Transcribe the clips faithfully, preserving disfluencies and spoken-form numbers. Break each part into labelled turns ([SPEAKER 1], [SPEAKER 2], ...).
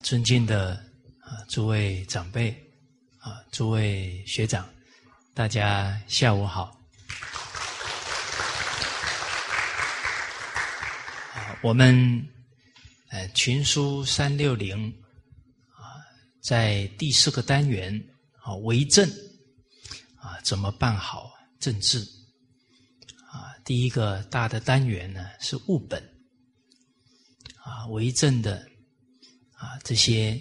[SPEAKER 1] 尊敬的啊诸位长辈啊，诸位学长，大家下午好。啊，我们呃群书三六零啊，在第四个单元啊为政啊怎么办好政治啊？第一个大的单元呢是务本啊，为政的啊这些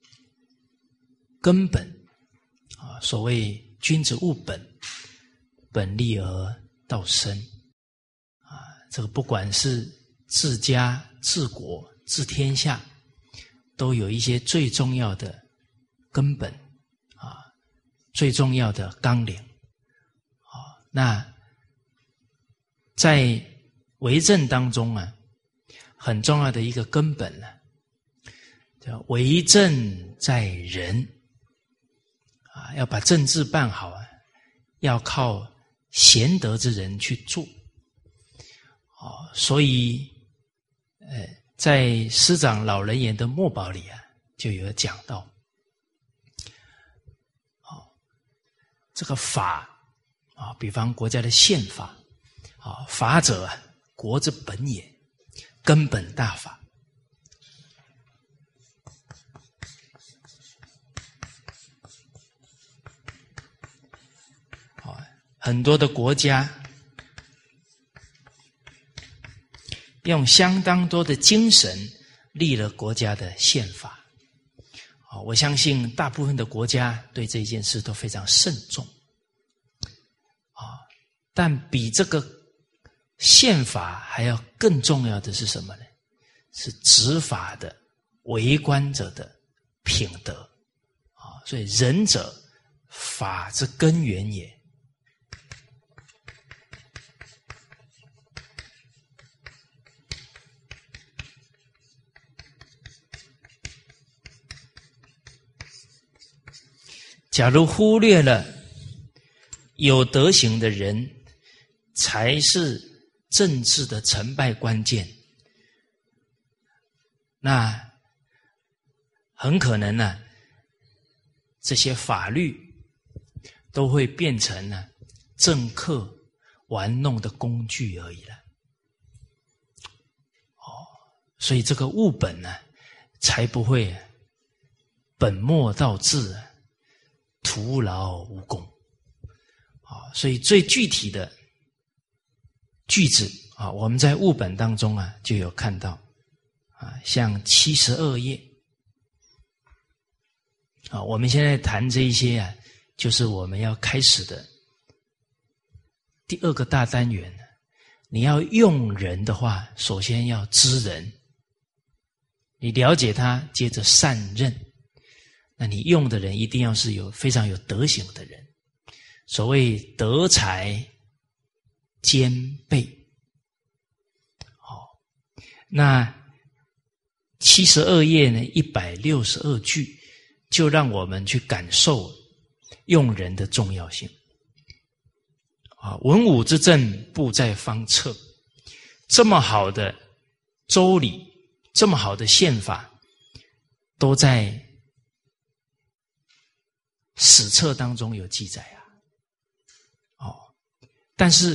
[SPEAKER 1] 根本啊，所谓君子务本，本立而道生啊，这个不管是治家、治国、治天下，都有一些最重要的根本啊，最重要的纲领啊。那在为政当中啊，很重要的一个根本呢、啊，叫为政在人啊，要把政治办好啊，要靠贤德之人去做哦。所以呃，在师长老人言的墨宝里啊，就有讲到，哦，这个法啊，比方国家的宪法啊，法者啊，国之本也，根本大法。哦，很多的国家用相当多的精神立了国家的宪法。我相信大部分的国家对这件事都非常慎重。但比这个宪法还要更重要的是什么呢？是执法的为官者的品德。所以仁者，法之根源也。假如忽略了有德行的人才是政治的成败关键，那很可能呢、啊，这些法律都会变成呢政客玩弄的工具而已了。哦，所以这个务本呢，才不会本末倒置，徒劳无功。啊，所以最具体的句子啊，我们在务本当中啊就有看到啊，像七十二页啊，我们现在谈这一些啊，就是我们要开始的第二个大单元。你要用人的话，首先要知人，你了解他，接着善任。那你用的人一定要是有非常有德行的人，所谓德才兼备。好，那七十二页呢，一百六十二句，就让我们去感受用人的重要性。啊，文武之政，布在方策。这么好的周礼，这么好的宪法，都在史册当中有记载啊。哦，但是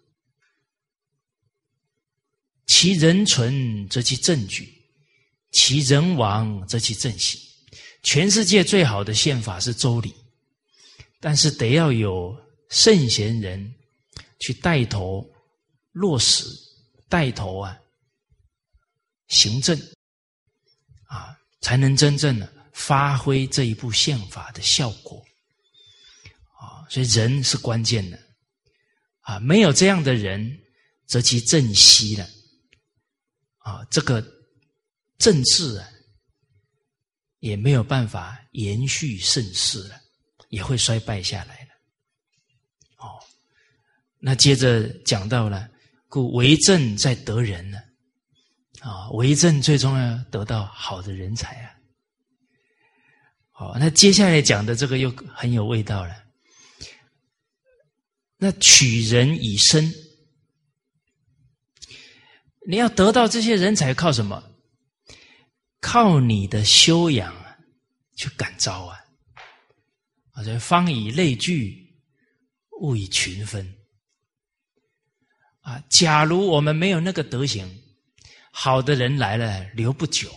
[SPEAKER 1] 其人存则其政举，其人亡则其政行。全世界最好的宪法是周礼，但是得要有圣贤人去带头落实，带头啊行政啊，才能真正的发挥这一部宪法的效果啊。所以人是关键的啊，没有这样的人，则其政息了啊，这个政治啊也没有办法延续盛世了，也会衰败下来了。哦，那接着讲到了，故为政在得人呢，啊，为政最重要得到好的人才啊。好，那接下来讲的这个又很有味道了。那取人以身，你要得到这些人才靠什么？ 靠你的修养啊去感召啊。啊，所以方以类聚，物以群分。啊，假如我们没有那个德行，好的人来了留不久。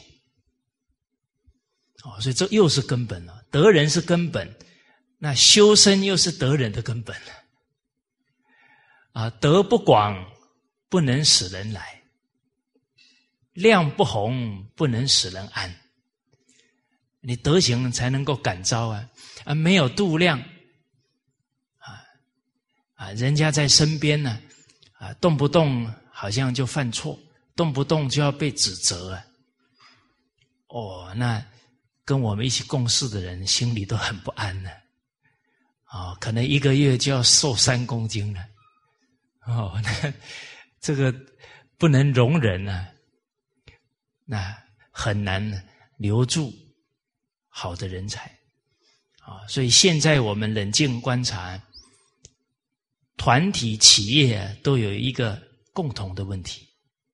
[SPEAKER 1] 哦，所以这又是根本了。德人是根本，那修身又是德人的根本了。啊，德不广，不能使人来；量不宏，不能使人安。你德行才能够感召啊！啊，没有度量，啊啊，人家在身边呢，啊，动不动好像就犯错，动不动就要被指责啊。哦，那跟我们一起共事的人心里都很不安呢。哦，可能一个月就要瘦三公斤了。哦，那这个不能容忍啊，那很难留住好的人才啊。所以现在我们冷静观察，团体企业啊都有一个共同的问题，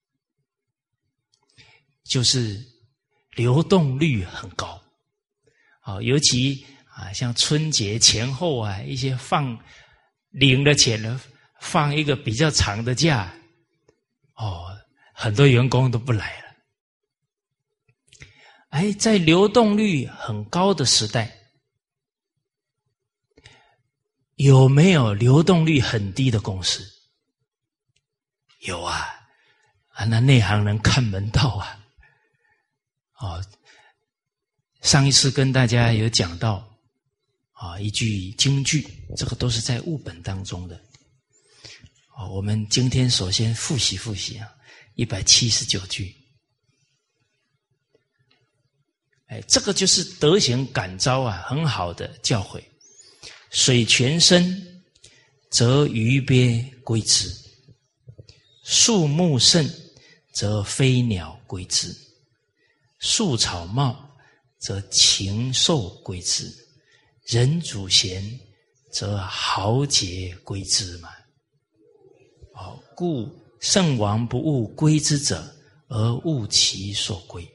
[SPEAKER 1] 就是流动率很高。啊，尤其啊像春节前后啊，一些放领了钱了，放一个比较长的假，哦，很多员工都不来了。哎，在流动率很高的时代，有没有流动率很低的公司？有啊，啊，那内行人看门道啊。哦，上一次跟大家有讲到啊一句金句，这个都是在悟本当中的。哦，我们今天首先复习复习啊，一百七十九句。哎，这个就是德行感召啊，很好的教诲。水泉深，则鱼鳖归之；树木盛，则飞鸟归之；树草茂，则禽兽归之；人主贤，则豪杰归之嘛。哦，故圣王不务归之者，而务其所归。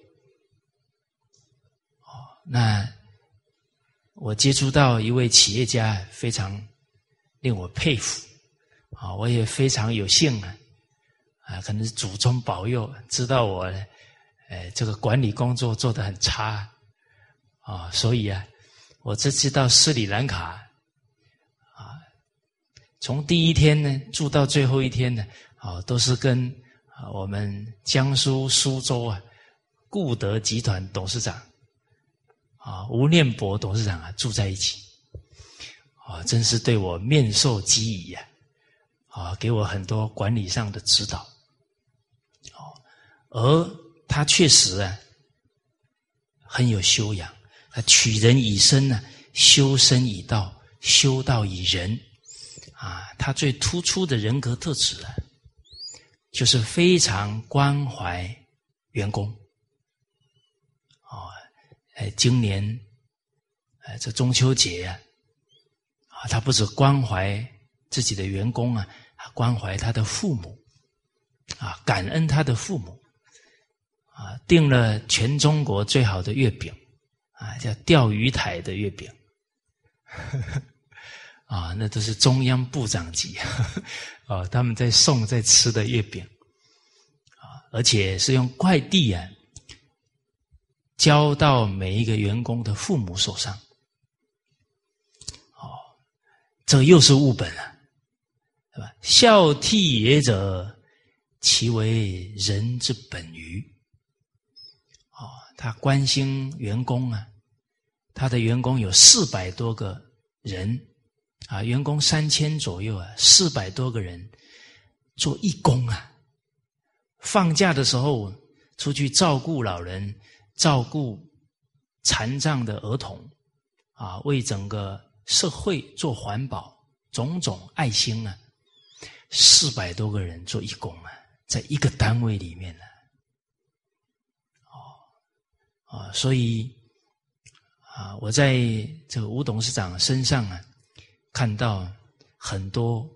[SPEAKER 1] 那我接触到一位企业家，非常令我佩服啊！我也非常有幸啊，啊，可能是祖宗保佑，知道我，呃，这个管理工作做得很差啊，所以啊，我这次到斯里兰卡啊，从第一天呢住到最后一天呢，啊，都是跟啊我们江苏苏州啊固德集团董事长。啊，吴念博董事长啊，住在一起，啊，真是对我面授机宜呀，啊，给我很多管理上的指导，哦，而他确实啊，很有修养，他取人以身呢，修身以道，修道以仁，啊，他最突出的人格特质啊，就是非常关怀员工。哎，今年，哎，这中秋节啊，啊，他不止关怀自己的员工啊，他关怀他的父母，啊，感恩他的父母，啊，订了全中国最好的月饼，啊，叫钓鱼台的月饼，啊，那都是中央部长级，啊，他们在送在吃的月饼，啊，而且是用快递啊。交到每一个员工的父母手上，哦，这又是悟本啊，对吧？孝悌也者，其为人之本于。哦，他关心员工啊，他的员工有四百多个人啊，员工三千左右啊，四百多个人做义工啊，放假的时候出去照顾老人。照顾残障的儿童，啊，为整个社会做环保，种种爱心啊，四百多个人做义工啊，在一个单位里面呢，哦，啊，所以啊，我在这个吴董事长身上啊，看到很多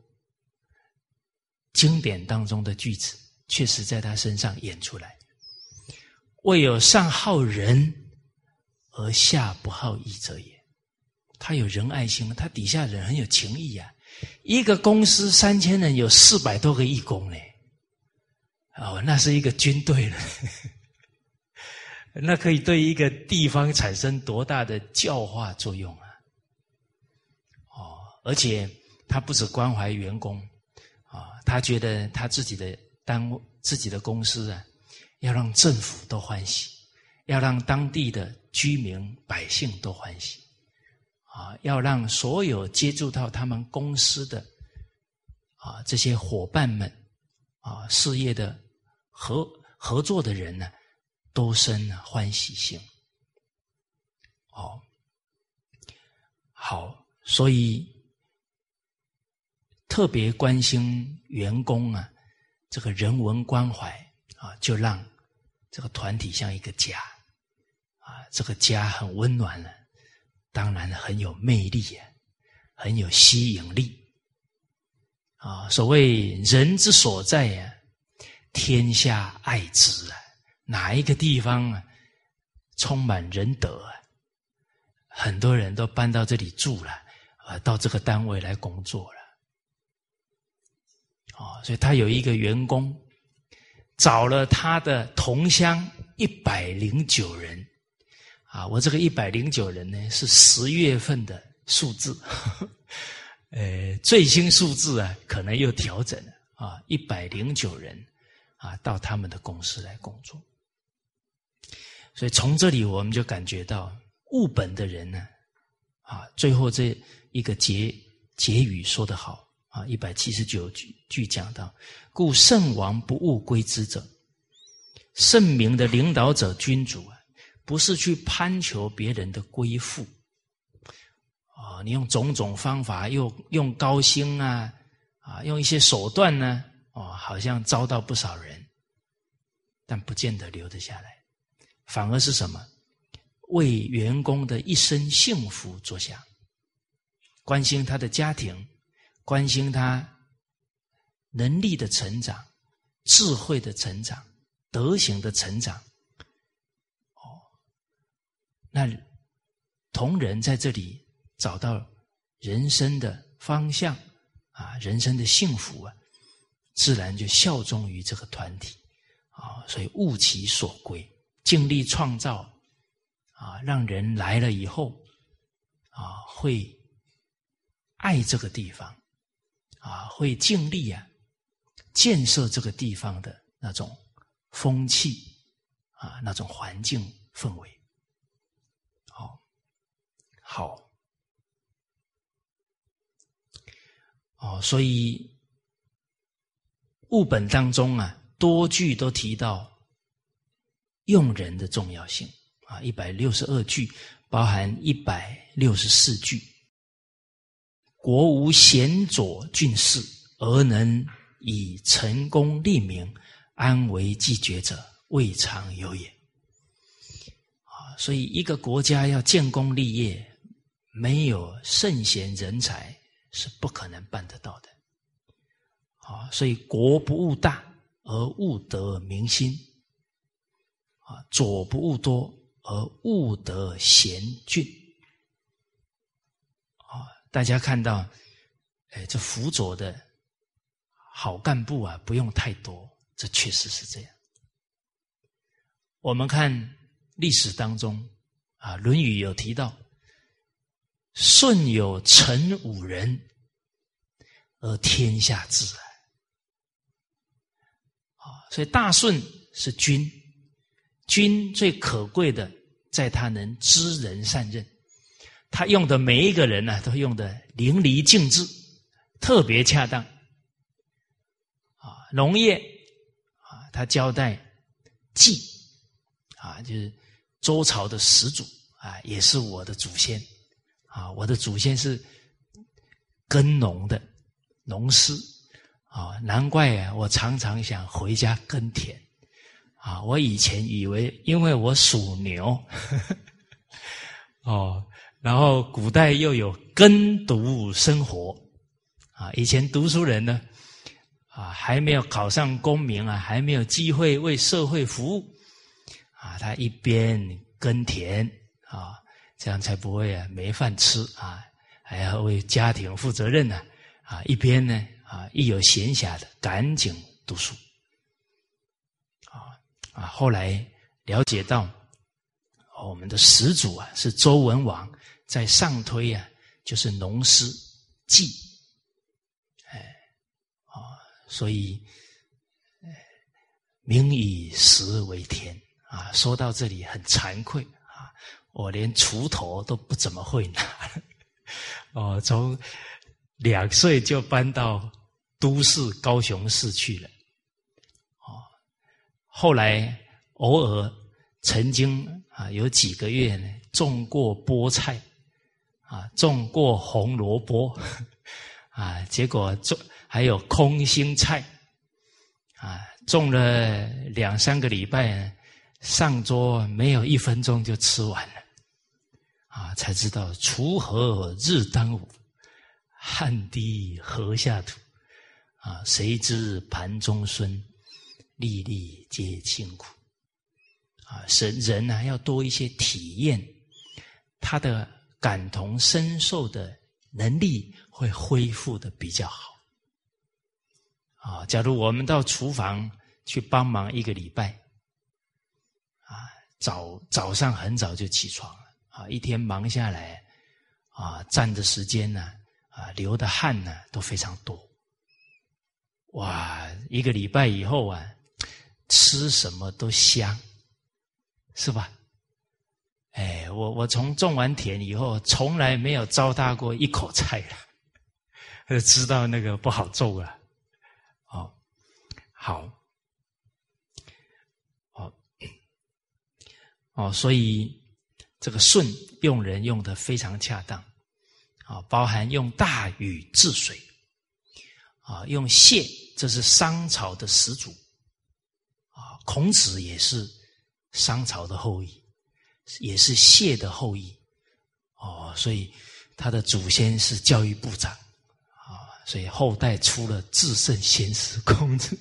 [SPEAKER 1] 经典当中的句子，确实在他身上演出来。 未有上好人而下不好义者也。他有仁爱心，他底下人很有情义啊。一个公司三千人，有四百多个义工呢。哦，那是一个军队了。那可以对一个地方产生多大的教化作用啊！哦，而且他不只关怀员工啊，他觉得他自己的单位、自己的公司啊，要让政府都欢喜，要让当地的居民百姓都欢喜啊，要让所有接触到他们公司的啊这些伙伴们啊，事业的合合作的人呢，都生欢喜心。哦，好，所以特别关心员工啊，这个人文关怀啊，就让这个团体像一个家啊，这个家很温暖了，当然很有魅力啊，很有吸引力啊。所谓人之所在啊，天下爱之啊。哪一个地方啊，充满仁德啊，很多人都搬到这里住了，啊，到这个单位来工作了。哦，所以他有一个员工，找了他的同乡一百零九人，啊，我这个一百零九人呢是十月份的数字，呃，最新数字啊可能又调整了啊，一百零九人啊到他们的公司来工作。所以从这里我们就感觉到务本的人呢，啊，最后这一个结结语说得好啊，一百七十九句句讲到，故圣王不务归之者，圣明的领导者君主啊，不是去攀求别人的归附啊，你用种种方法，又用高薪啊，啊，用一些手段呢，哦，好像招到不少人，但不见得留得下来。反而是什么？为员工的一生幸福着想，关心他的家庭，关心他能力的成长、智慧的成长、德行的成长。哦，那同仁在这里找到人生的方向啊，人生的幸福啊，自然就效忠于这个团体啊，所以务其所归。尽力创造啊，让人来了以后啊，会爱这个地方啊，会尽力啊建设这个地方的那种风气啊，那种环境氛围。好，好，哦，所以务本当中啊，多句都提到用人的重要性啊，一百六十二句包含一百六十四句。国无贤佐俊士，而能以成功立名，安危继绝者，未尝有也。啊，所以一个国家要建功立业，没有圣贤人才是不可能办得到的。啊，所以国不务大，而务得民心。啊，左不务多，而务得贤俊。啊，大家看到，哎，这辅佐的好干部啊，不用太多，这确实是这样。我们看历史当中啊，《论语》有提到，舜有成五人，而天下治啊。啊，所以大舜是君。君最可贵的，在他能知人善任，他用的每一个人呢、啊，都用的淋漓尽致，特别恰当。啊，农业啊，他交代季啊，就是周朝的始祖啊，也是我的祖先啊，我的祖先是耕农的农师啊，难怪啊，我常常想回家耕田。啊，我以前以为，因为我属牛，呵呵哦，然后古代又有耕读生活，啊，以前读书人呢，啊，还没有考上功名啊，还没有机会为社会服务， 啊，他一边耕田啊，这样才不会啊没饭吃啊，还要为家庭负责任呢啊，一边呢啊一有闲暇的赶紧读书啊啊，后来了解到、哦、我们的始祖啊是周文王，在上推啊就是农师季，哎啊，所以民以食为天啊。说到这里很惭愧啊，我连锄头都不怎么会拿哦，从两岁就搬到都市高雄市去了哦。后来偶尔曾经啊有几个月呢种过菠菜啊，种过红萝卜啊，结果种还有空心菜啊，种了两三个礼拜，上桌没有一分钟就吃完了啊，才知道锄禾日当午，汗滴禾下土啊，谁知盘中飧，粒粒皆辛苦啊。人人呢、啊、要多一些体验，他的感同身受的能力会恢复的比较好啊。假如我们到厨房去帮忙一个礼拜啊，早早上很早就起床了啊，一天忙下来啊，站的时间呢啊，流的汗呢都非常多。哇，一个礼拜以后啊，吃什么都香，是吧？哎，我我从种完田以后，从来没有糟蹋过一口菜了，就知道那个不好种了。哦，好，哦，哦，所以这个舜用人用得非常恰当啊，包含用大禹治水啊，用谢，这是商朝的始祖啊，孔子也是商朝的后裔。也是谢的后裔哦，所以他的祖先是教育部长啊，所以后代出了至圣先师孔子。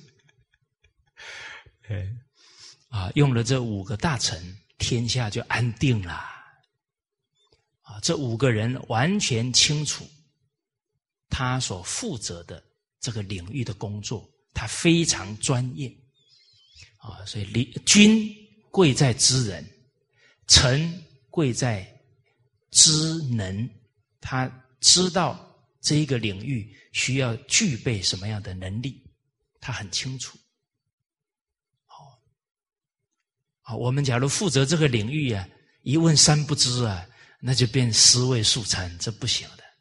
[SPEAKER 1] 哎，啊，用了这五个大臣，天下就安定了啊。这五个人完全清楚他所负责的这个领域的工作，他非常专业啊，所以君贵在知人。臣贵在知能，他知道这一个领域需要具备什么样的能力，他很清楚。好，好，我们假如负责这个领域啊，一问三不知啊，那就变尸位素餐，这不行的。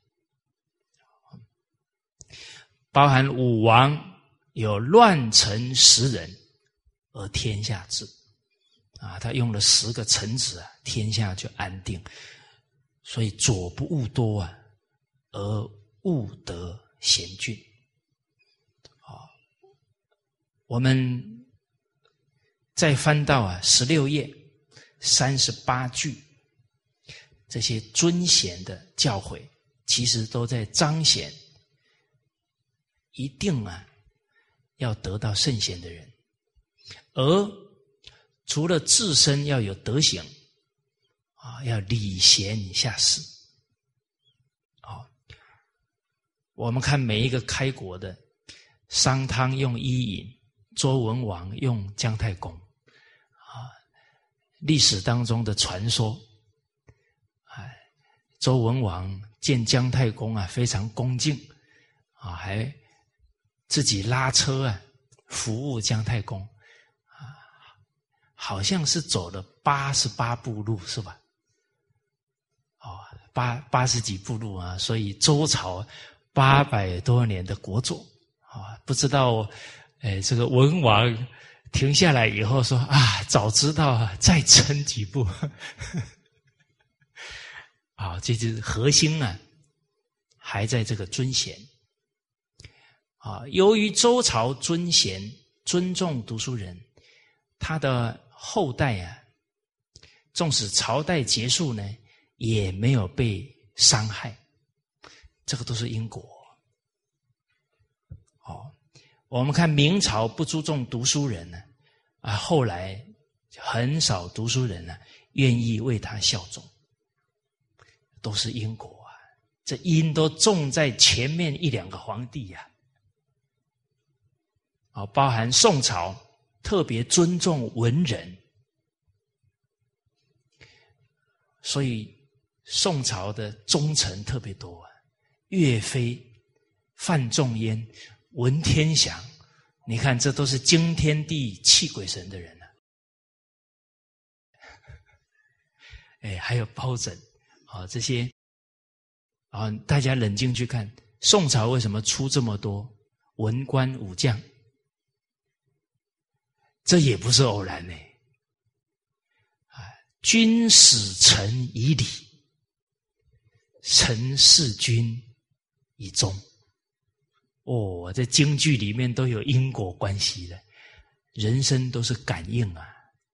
[SPEAKER 1] 包含武王有乱臣十人而天下治。啊，他用了十个臣子啊，天下就安定。所以左不务多啊，而务得贤俊。啊，我们再翻到啊十六页三十八句，这些尊贤的教诲，其实都在彰显，一定啊要得到圣贤的人，而除了自身要有德行啊，要礼贤下士啊。我们看每一个开国的，商汤用伊尹，周文王用姜太公啊，历史当中的传说，哎，周文王见姜太公啊非常恭敬啊，还自己拉车啊服务姜太公。好像是走了八十八步路，是吧？哦，八八十几步路啊，所以周朝八百多年的国祚啊，不知道，哎，这个文王停下来以后说啊，早知道啊，再撑几步。啊，这就是核心啊，还在这个尊贤啊。由于周朝尊贤，尊重读书人，他的后代啊，纵使朝代结束呢，也没有被伤害，这个都是因果。哦，我们看明朝不注重读书人呢，啊，后来很少读书人啊愿意为他效忠，都是因果啊，这因都种在前面一两个皇帝呀、啊，包含宋朝特别尊重文人，所以宋朝的忠臣特别多啊，岳飞、范仲淹、文天祥，你看这都是惊天地泣鬼神的人啊。哎，还有包拯啊，这些啊，大家冷静去看，宋朝为什么出这么多文官武将？这也不是偶然呢。啊，君使臣以礼，臣事君以忠。哦，这京剧里面都有因果关系的，人生都是感应啊。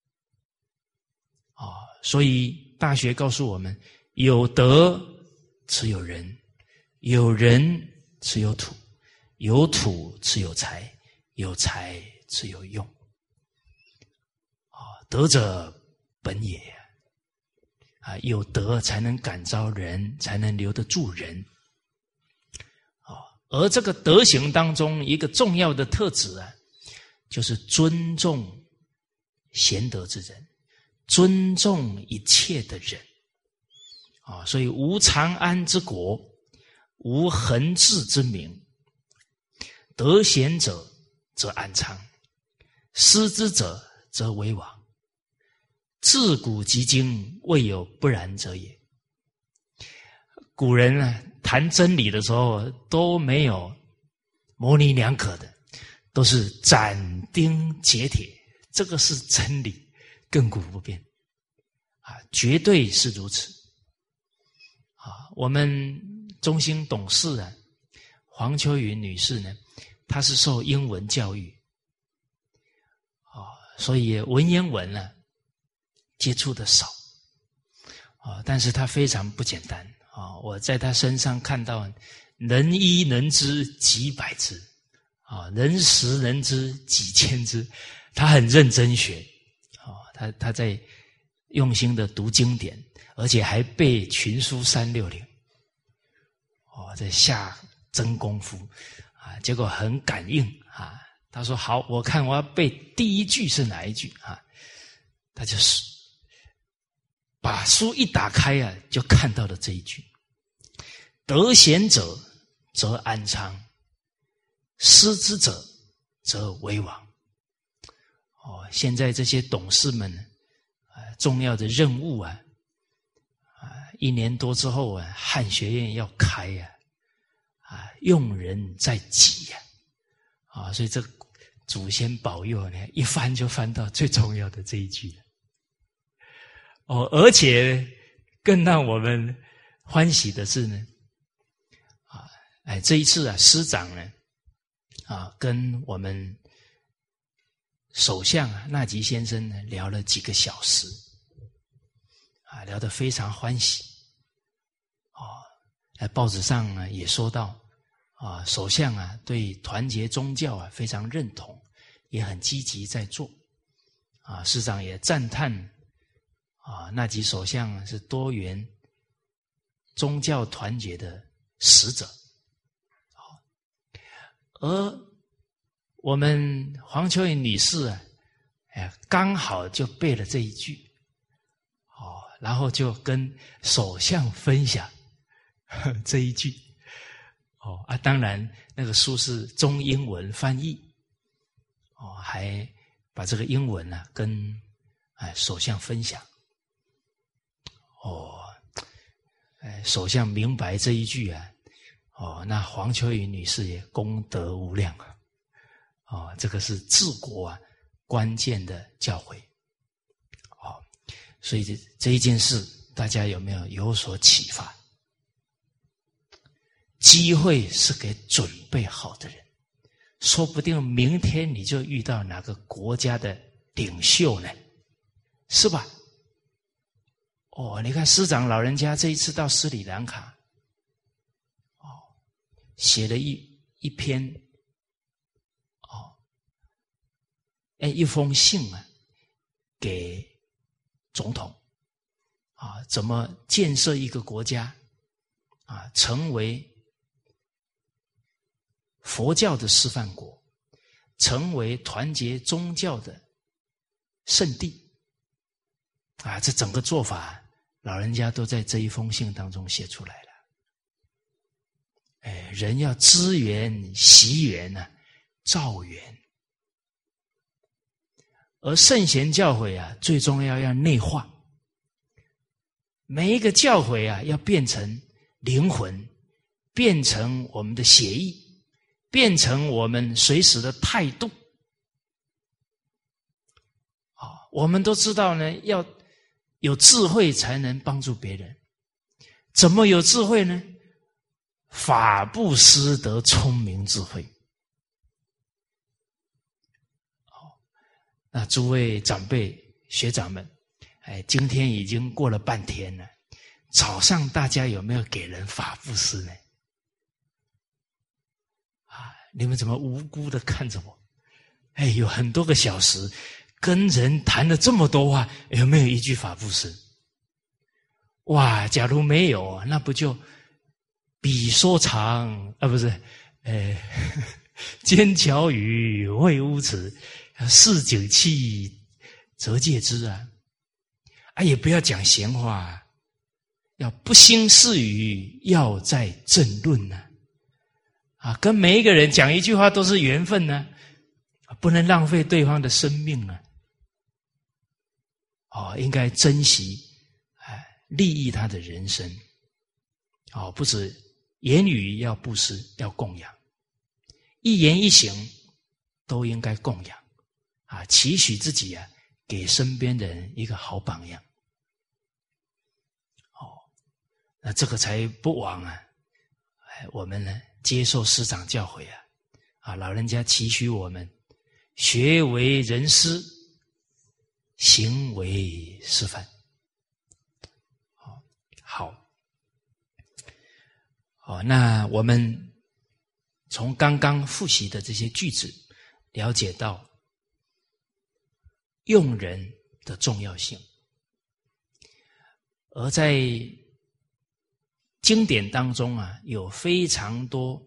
[SPEAKER 1] 啊、哦，所以大学告诉我们，有德持有人，有人持有土，有土持有财，有财持有用。啊、哦，德者本也啊，有德才能感召人，才能留得住人。啊、哦，而这个德行当中一个重要的特质啊，就是尊重贤德之人。尊重一切的人啊，所以无长安之国，无恒治之民。德贤者则安昌，失之者则为王。自古及今，未有不然者也。古人啊，谈真理的时候都没有模棱两可的，都是斩钉截铁，这个是真理。亘古不变啊，绝对是如此啊！我们中兴董事啊，黄秋云女士呢，她是受英文教育啊，所以文言文呢、啊、接触的少啊，但是她非常不简单啊！我在她身上看到能一能知几百之啊，能十能知几千之，她很认真学。他他在用心的读经典，而且还背群书三六零，哦，在下真功夫啊！结果很感应啊。他说：“好，我看我要背第一句是哪一句啊？”他就是把书一打开啊，就看到了这一句：“得贤者则安昌，失之者则为王。”哦，现在这些董事们，啊，重要的任务啊，啊，一年多之后啊，汉学院要开呀、啊，啊，用人在己呀、啊，啊，所以这祖先保佑呢，一翻就翻到最重要的这一句了。哦，而且更让我们欢喜的是呢，啊，哎，这一次啊，师长呢，啊，跟我们首相啊，纳吉先生呢聊了几个小时，啊，聊得非常欢喜。哦，在报纸上呢也说到，啊，首相啊对团结宗教啊非常认同，也很积极在做。啊，市长也赞叹，啊，纳吉首相是多元宗教团结的使者。好，而我们黄秋云女士啊，哎，刚好就背了这一句，哦，然后就跟首相分享这一句，哦啊，当然那个书是中英文翻译，哦，还把这个英文呢、啊、跟哎首相分享，哦，哎，首相明白这一句啊，哦，那黄秋云女士也功德无量啊。哦，这个是治国啊关键的教诲。哦，所以这这一件事，大家有没有有所启发？机会是给准备好的人，说不定明天你就遇到哪个国家的领袖呢，是吧？哦，你看师长老人家这一次到斯里兰卡，哦，写了一一篇。哎，一封信啊， 给总统啊，怎么建设一个国家啊，成为佛教的示范国，成为团结宗教的圣地啊，这整个做法老人家都在这一封信当中写出来了。哎，人要知缘习缘呢、啊，造缘。而圣贤教诲啊，最重要要内化。每一个教诲啊，要变成灵魂，变成我们的血液，变成我们随时的态度。啊，我们都知道呢，要有智慧才能帮助别人。怎么有智慧呢？法布施得聪明智慧。那诸位长辈学长们，哎，今天已经过了半天了，早上大家有没有给人法布施呢？啊，你们怎么无辜的看着我？哎，有很多个小时跟人谈了这么多话，有没有一句法布施？哇，假如没有，那不就比说长啊，不是，呃，尖巧语会污词。市井气则戒之啊！啊，也不要讲闲话，要不兴是语，要在正论呢、啊。啊，跟每一个人讲一句话都是缘分呢、啊，不能浪费对方的生命啊！哦，应该珍惜，哎，利益他的人生。哦，不止言语要布施，要供养，一言一行都应该供养。啊，期许自己啊，给身边的人一个好榜样。哦，那这个才不枉啊！哎，我们呢，接受师长教诲啊，啊，老人家期许我们学为人师，行为示范。好，好，好，那我们从刚刚复习的这些句子，了解到用人的重要性，而在经典当中啊，有非常多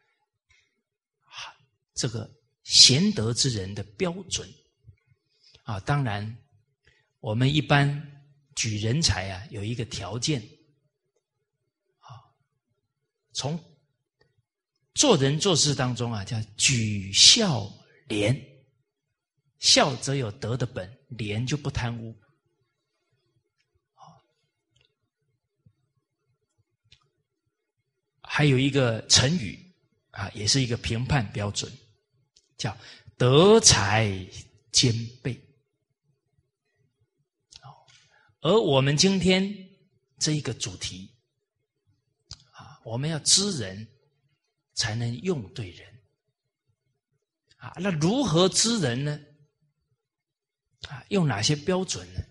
[SPEAKER 1] 这个贤德之人的标准啊。当然，我们一般举人才啊，有一个条件啊，从做人做事当中啊，叫举孝廉。孝则有德的本，廉就不贪污。还有一个成语啊，也是一个评判标准，叫德才兼备。而我们今天这一个主题啊，我们要知人，才能用对人啊。那如何知人呢？啊，用哪些标准呢？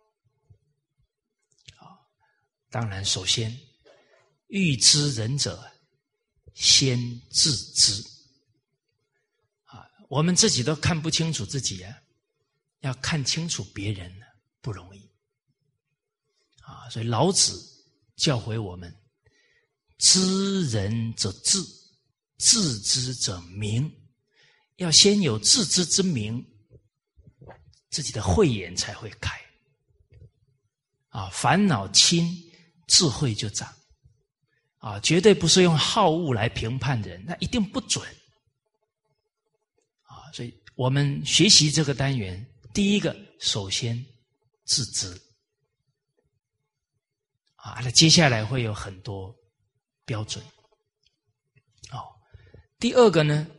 [SPEAKER 1] 啊，当然，首先，欲知人者，先自知。啊，我们自己都看不清楚自己啊，要看清楚别人呢，不容易。啊，所以老子教诲我们：知人者智，自知者明。要先有自知之明。自己的慧眼才会开啊！烦恼轻，智慧就长啊！绝对不是用好恶来评判人，那一定不准啊！所以我们学习这个单元，第一个首先自知啊，那接下来会有很多标准哦。第二个呢，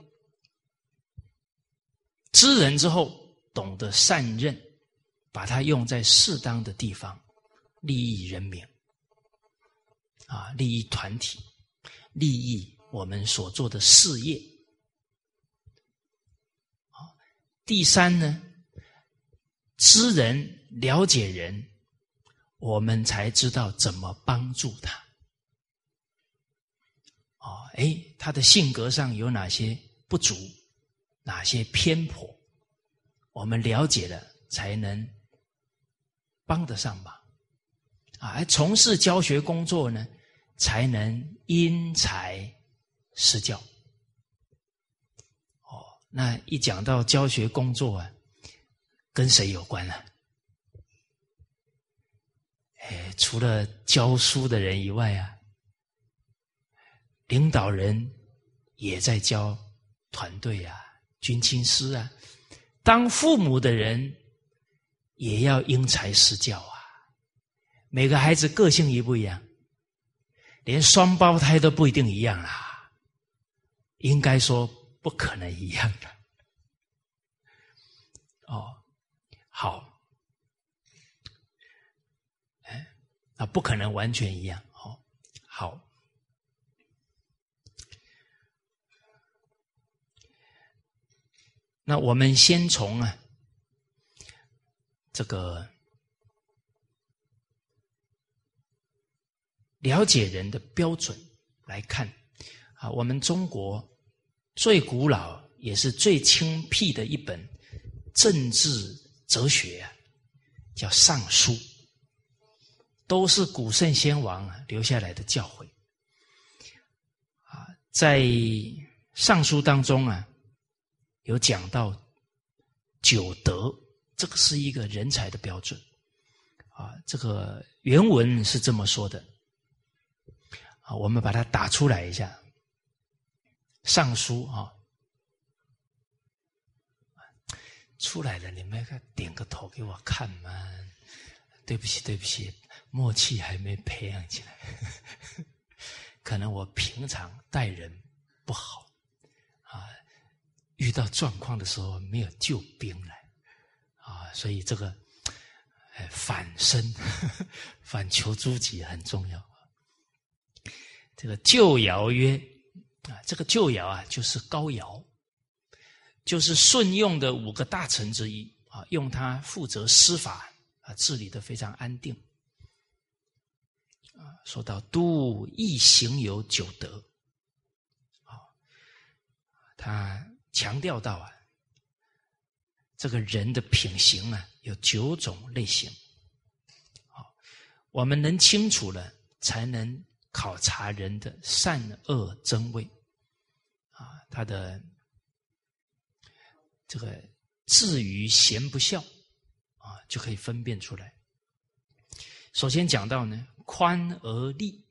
[SPEAKER 1] 知人之后，懂得善任，把它用在适当的地方，利益人民啊，利益团体，利益我们所做的事业。第三呢，知人了解人，我们才知道怎么帮助他。哦，哎，他的性格上有哪些不足，哪些偏颇，我们了解了，才能帮得上忙啊，而从事教学工作呢，才能因材施教。哦，那一讲到教学工作啊，跟谁有关啊？哎，除了教书的人以外啊，领导人也在教团队啊、军亲师啊，当父母的人也要因材施教啊。每个孩子个性一不一样，连双胞胎都不一定一样啦，应该说不可能一样的。哦，好。啊，不可能完全一样。哦，好。那我们先从啊这个了解人的标准来看啊，我们中国最古老也是最清僻的一本政治哲学啊，叫《尚书》。都是古圣先王啊留下来的教诲啊，在《尚书》当中啊，有讲到九德，这个是一个人才的标准啊。这个原文是这么说的啊，我们把它打出来一下，《尚书》啊，出来了，你们点个头给我看嘛。对不起，对不起。默契还没培养起来，可能我平常待人不好啊，遇到状况的时候没有救兵来啊，所以这个哎反身反求诸己很重要。这个旧尧曰啊，这个旧尧啊就是高尧，就是舜用的五个大臣之一啊，用他负责司法啊，治理得非常安定。说到度一行有九德，他强调到啊，这个人的品行啊有九种类型，我们能清楚了，才能考察人的善恶真伪啊，他的这个至于贤不孝啊，就可以分辨出来。首先讲到呢，宽而利，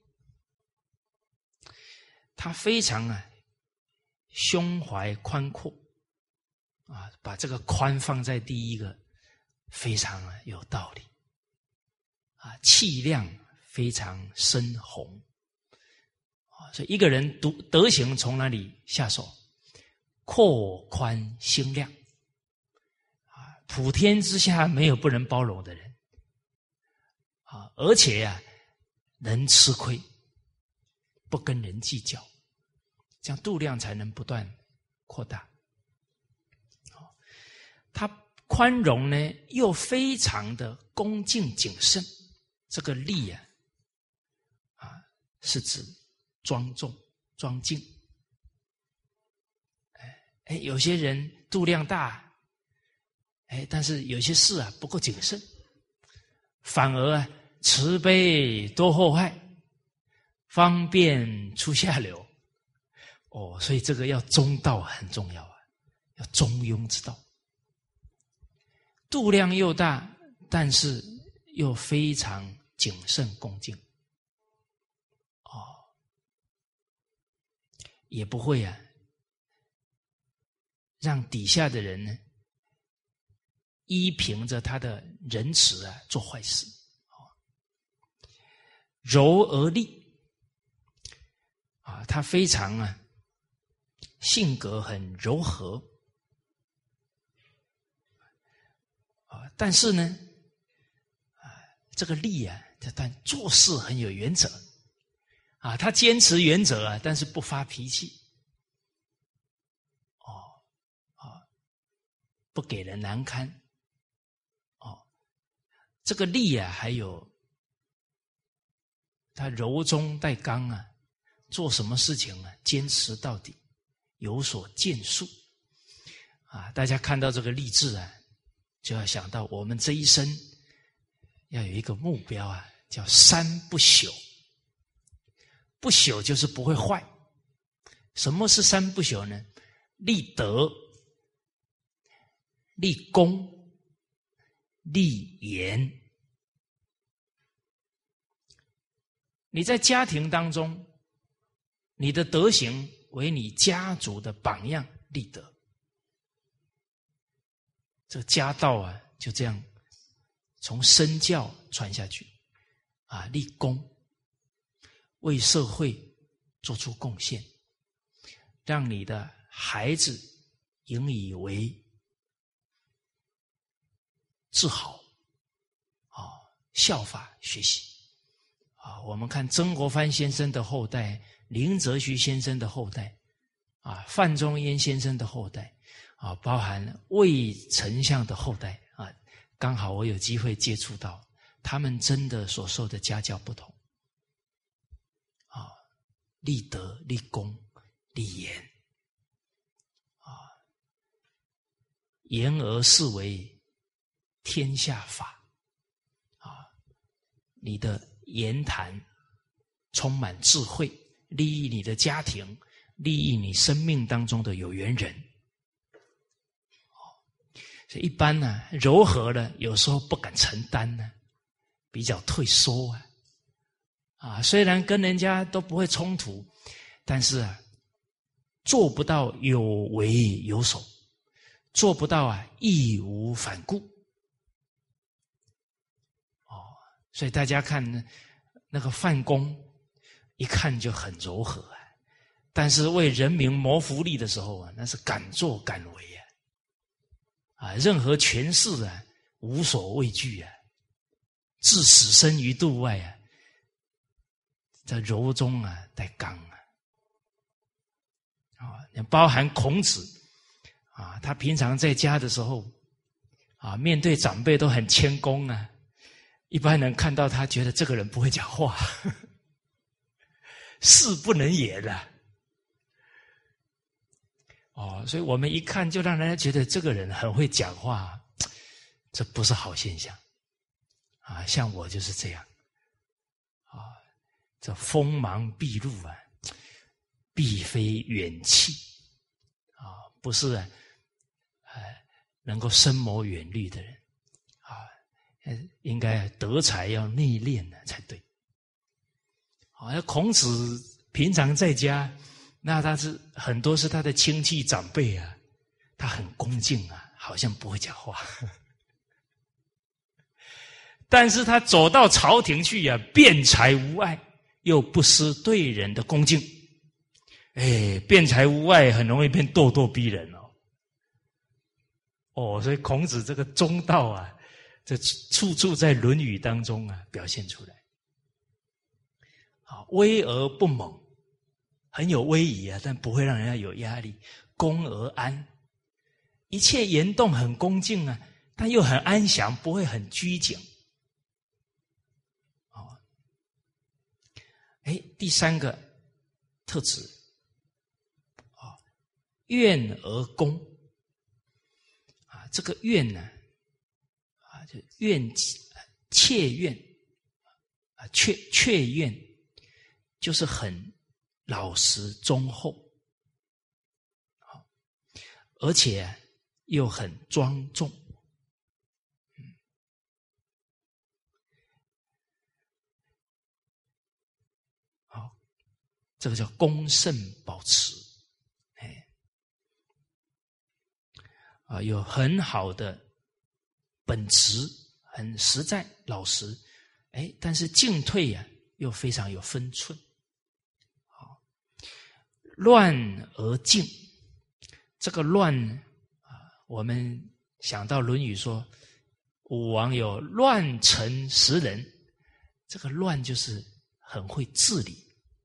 [SPEAKER 1] 他非常啊胸怀宽阔啊，把这个宽放在第一个，非常啊有道理啊，气量非常深宏啊，所以一个人德德行从哪里下手？阔宽心量啊，普天之下没有不能包容的人。啊，而且呀、啊，能吃亏，不跟人计较，这样度量才能不断扩大。他宽容呢，又非常的恭敬谨慎。这个利啊，啊，是指庄重、庄敬。哎哎，有些人度量大，哎，但是有些事啊不够谨慎，反而啊。慈悲多祸害，方便出下流。哦，所以这个要中道很重要啊，要中庸之道。度量又大，但是又非常谨慎恭敬。哦，也不会啊，让底下的人呢，依凭着他的仁慈啊做坏事。柔而利啊，他非常啊性格很柔和啊，但是呢啊这个利啊，但做事很有原则啊，他坚持原则啊，但是不发脾气哦啊，不给人难堪哦，这个利啊还有。他柔中带刚啊，做什么事情啊，坚持到底，有所建树啊。大家看到这个励志啊，就要想到我们这一生要有一个目标啊，叫三不朽。不朽就是不会坏。什么是三不朽呢？立德、立功、立言。你在家庭当中，你的德行为你家族的榜样立德，这家道啊就这样从身教传下去啊。立功，为社会做出贡献，让你的孩子引以为自豪啊，效法学习啊。我们看曾国藩先生的后代，林则徐先生的后代啊，范仲淹先生的后代啊，包含魏丞相的后代啊，刚好我有机会接触到，他们真的所受的家教不同啊，立德、立功、立言啊，言而视为天下法啊，你的言谈充满智慧，利益你的家庭，利益你生命当中的有缘人。所以一般呢、啊，柔和了，有时候不敢承担呢、啊，比较退缩啊。啊，虽然跟人家都不会冲突，但是啊，做不到有为有守，做不到啊义无反顾。哦，所以大家看呢，那个范公一看就很柔和啊，但是为人民谋福利的时候啊，那是敢作敢为啊。啊，任何权势啊，无所畏惧啊，置死生于度外啊，在柔中啊带刚啊。啊，包含孔子啊，他平常在家的时候啊，面对长辈都很谦恭啊，一般人看到他觉得这个人不会讲话，事不能言啊。哦，所以我们一看就让人家觉得这个人很会讲话，这不是好现象啊！像我就是这样啊，这锋芒毕露啊，必非远气啊，不是啊，呃，能够深谋远虑的人啊，应该德才要内敛的才对。好像孔子平常在家，那他是很多是他的亲戚长辈啊，他很恭敬啊，好像不会讲话。但是他走到朝廷去啊，辩才无碍，又不失对人的恭敬。哎，辩才无碍很容易变咄咄逼人哦。哦，所以孔子这个中道啊，这处处在《论语》当中啊表现出来。好，威而不猛。很有威仪啊，但不会让人家有压力。恭而安，一切言动很恭敬啊，但又很安详，不会很拘谨。哦，哎，第三个特质啊，愿而恭啊，这个愿呢啊，就愿切愿啊，确确愿就是很老实忠厚，而且又很庄重。好，这个叫恭慎保持，哎，啊，有很好的本质，很实在老实，哎，但是进退呀、啊、又非常有分寸。乱而静，这个乱啊，我们想到《论语》说，武王有乱臣十人，这个乱就是很会治理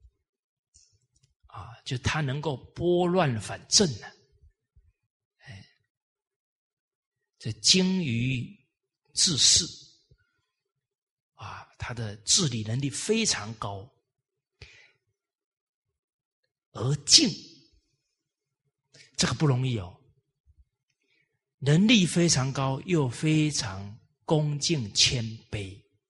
[SPEAKER 1] 啊，就他能够拨乱反正啊，哎，这精于治事啊，他的治理能力非常高。而静，这个不容易哦。能力非常高，又非常恭敬谦卑，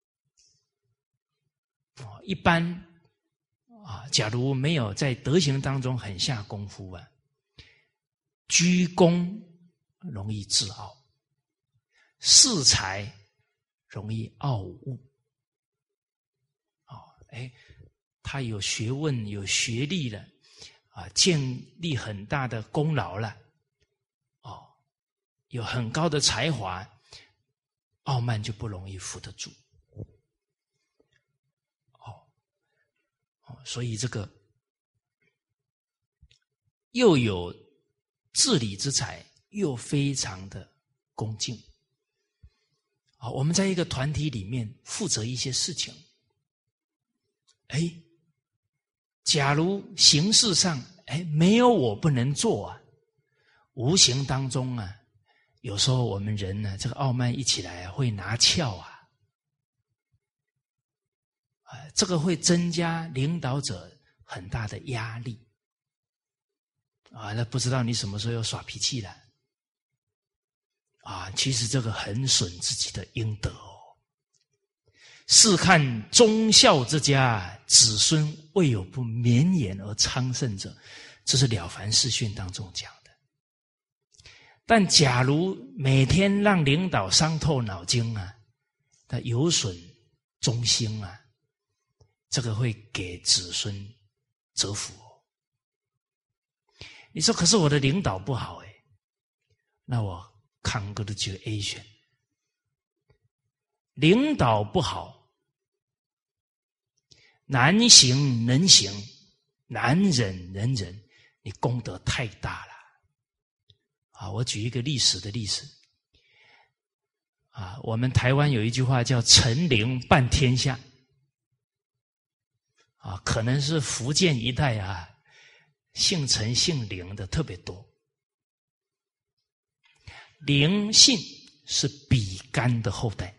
[SPEAKER 1] 啊，一般啊，假如没有在德行当中很下功夫啊，居功容易自傲，恃才容易傲物。哦，哎，他有学问、有学历了，啊，建立很大的功劳了，哦，有很高的才华，傲慢就不容易扶得住。哦，哦，所以这个又有治理之才，又非常的恭敬。啊，我们在一个团体里面负责一些事情，哎，假如形式上哎没有我不能做啊，无形当中啊，有时候我们人呢，这个傲慢一起来会拿翘啊，啊，这个会增加领导者很大的压力啊，那不知道你什么时候要耍脾气了啊，其实这个很损自己的阴德哦。试看忠孝之家，子孙未有不绵延而昌盛者，这是《了凡四训》当中讲的。但假如每天让领导伤透脑筋啊，他有损忠心啊，这个会给子孙折服哦。你说可是我的领导不好哎，那我康哥的就 A 选。领导不好，难行能行，难忍能忍，你功德太大了啊！我举一个历史的例子啊，我们台湾有一句话叫陈林半天下啊，可能是福建一带啊，姓陈姓林的特别多。林姓是比干的后代，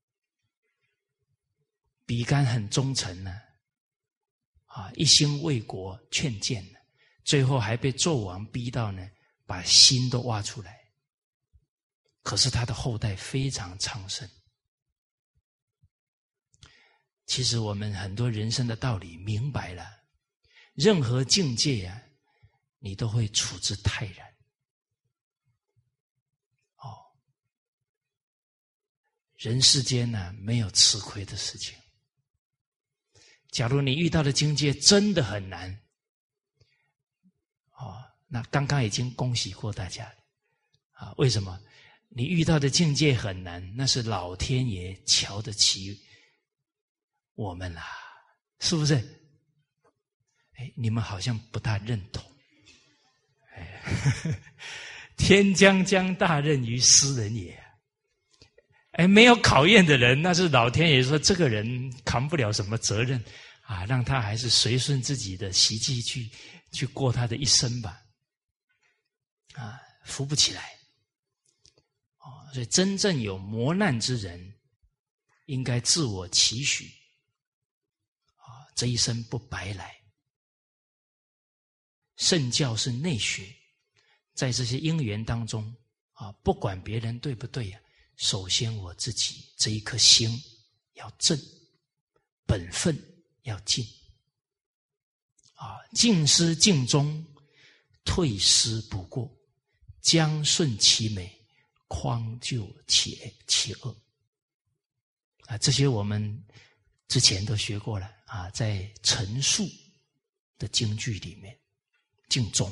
[SPEAKER 1] 比干很忠诚呢，啊，一心为国劝谏呢，最后还被纣王逼到呢，把心都挖出来。可是他的后代非常昌盛。其实我们很多人生的道理明白了，任何境界啊，你都会处之泰然。哦，人世间呢，没有吃亏的事情。假如你遇到的境界真的很难，哦，那刚刚已经恭喜过大家了啊！为什么？你遇到的境界很难，那是老天爷瞧得起我们啦，是不是？哎，你们好像不大认同。哎，天将降大任于斯人也。哎，没有考验的人，那是老天爷说这个人扛不了什么责任啊，让他还是随顺自己的习气去去过他的一生吧。啊，扶不起来。哦，所以真正有磨难之人，应该自我期许，啊，这一生不白来。圣教是内学，在这些因缘当中啊，不管别人对不对呀、啊，首先我自己这一颗心要正，本分要尽啊，尽失尽忠，退失不过，将顺其美，匡救其其恶啊，这些我们之前都学过了啊，在陈述的经句里面，尽忠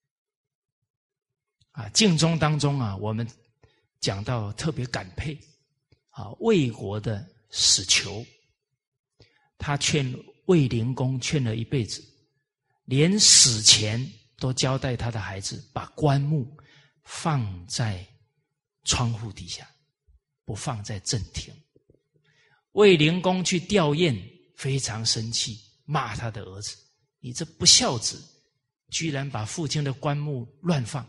[SPEAKER 1] 啊，尽忠当中啊，我们讲到特别感佩啊，魏国的史求，他劝卫灵公劝了一辈子，连死前都交代他的孩子把棺木放在窗户底下，不放在正厅。卫灵公去吊唁，非常生气，骂他的儿子：“你这不孝子，居然把父亲的棺木乱放！”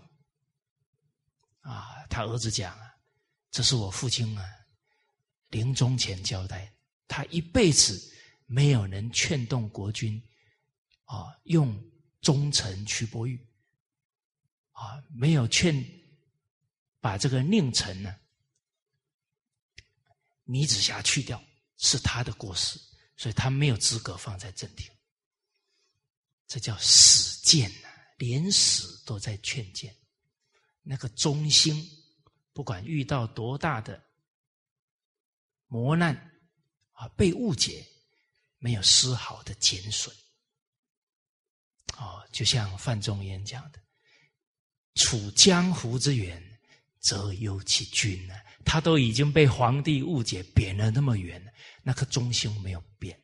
[SPEAKER 1] 啊，他儿子讲啊，这是我父亲啊临终前交代，他一辈子没有能劝动国君啊用忠臣屈伯玉啊，没有劝把这个佞臣呢倪子瑕去掉，是他的过失， 所以他没有资格放在正厅。这叫死谏啊，连死都在劝谏。那个忠心，不管遇到多大的磨难啊，被误解，没有丝毫的减损。哦，就像范仲淹讲的，处江湖之远，则忧其君啊。他都已经被皇帝误解贬了那么远，那颗忠心没有变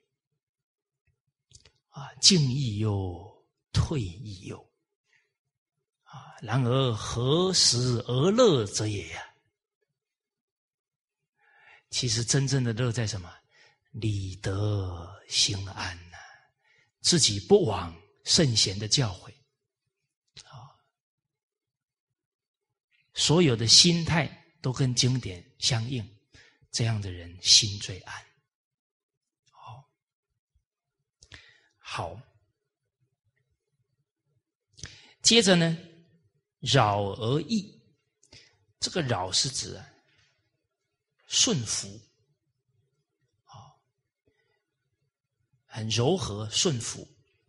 [SPEAKER 1] 啊，进亦忧，退亦忧啊。然而何时而乐者也呀、啊？其实真正的乐在什么？理得心安呐、啊，自己不枉圣贤的教诲啊，所有的心态都跟经典相应，这样的人心最安。好，好，接着呢，扰而易，这个扰是指啊顺服，啊，很柔和顺服，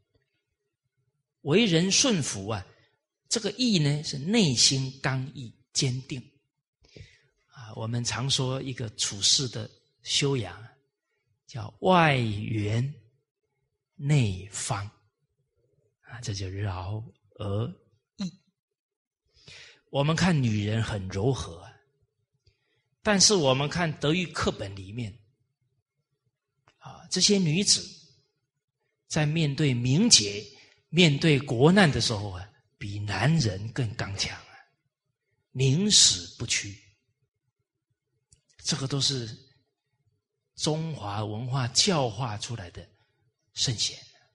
[SPEAKER 1] 为人顺服啊。这个易呢是内心刚毅坚定啊。我们常说一个处事的修养叫外圆内方啊，这就饶而易。我们看女人很柔和，但是我们看德育课本里面啊，这些女子在面对名节、面对国难的时候啊，比男人更刚强啊，宁死不屈。这个都是中华文化教化出来的圣贤。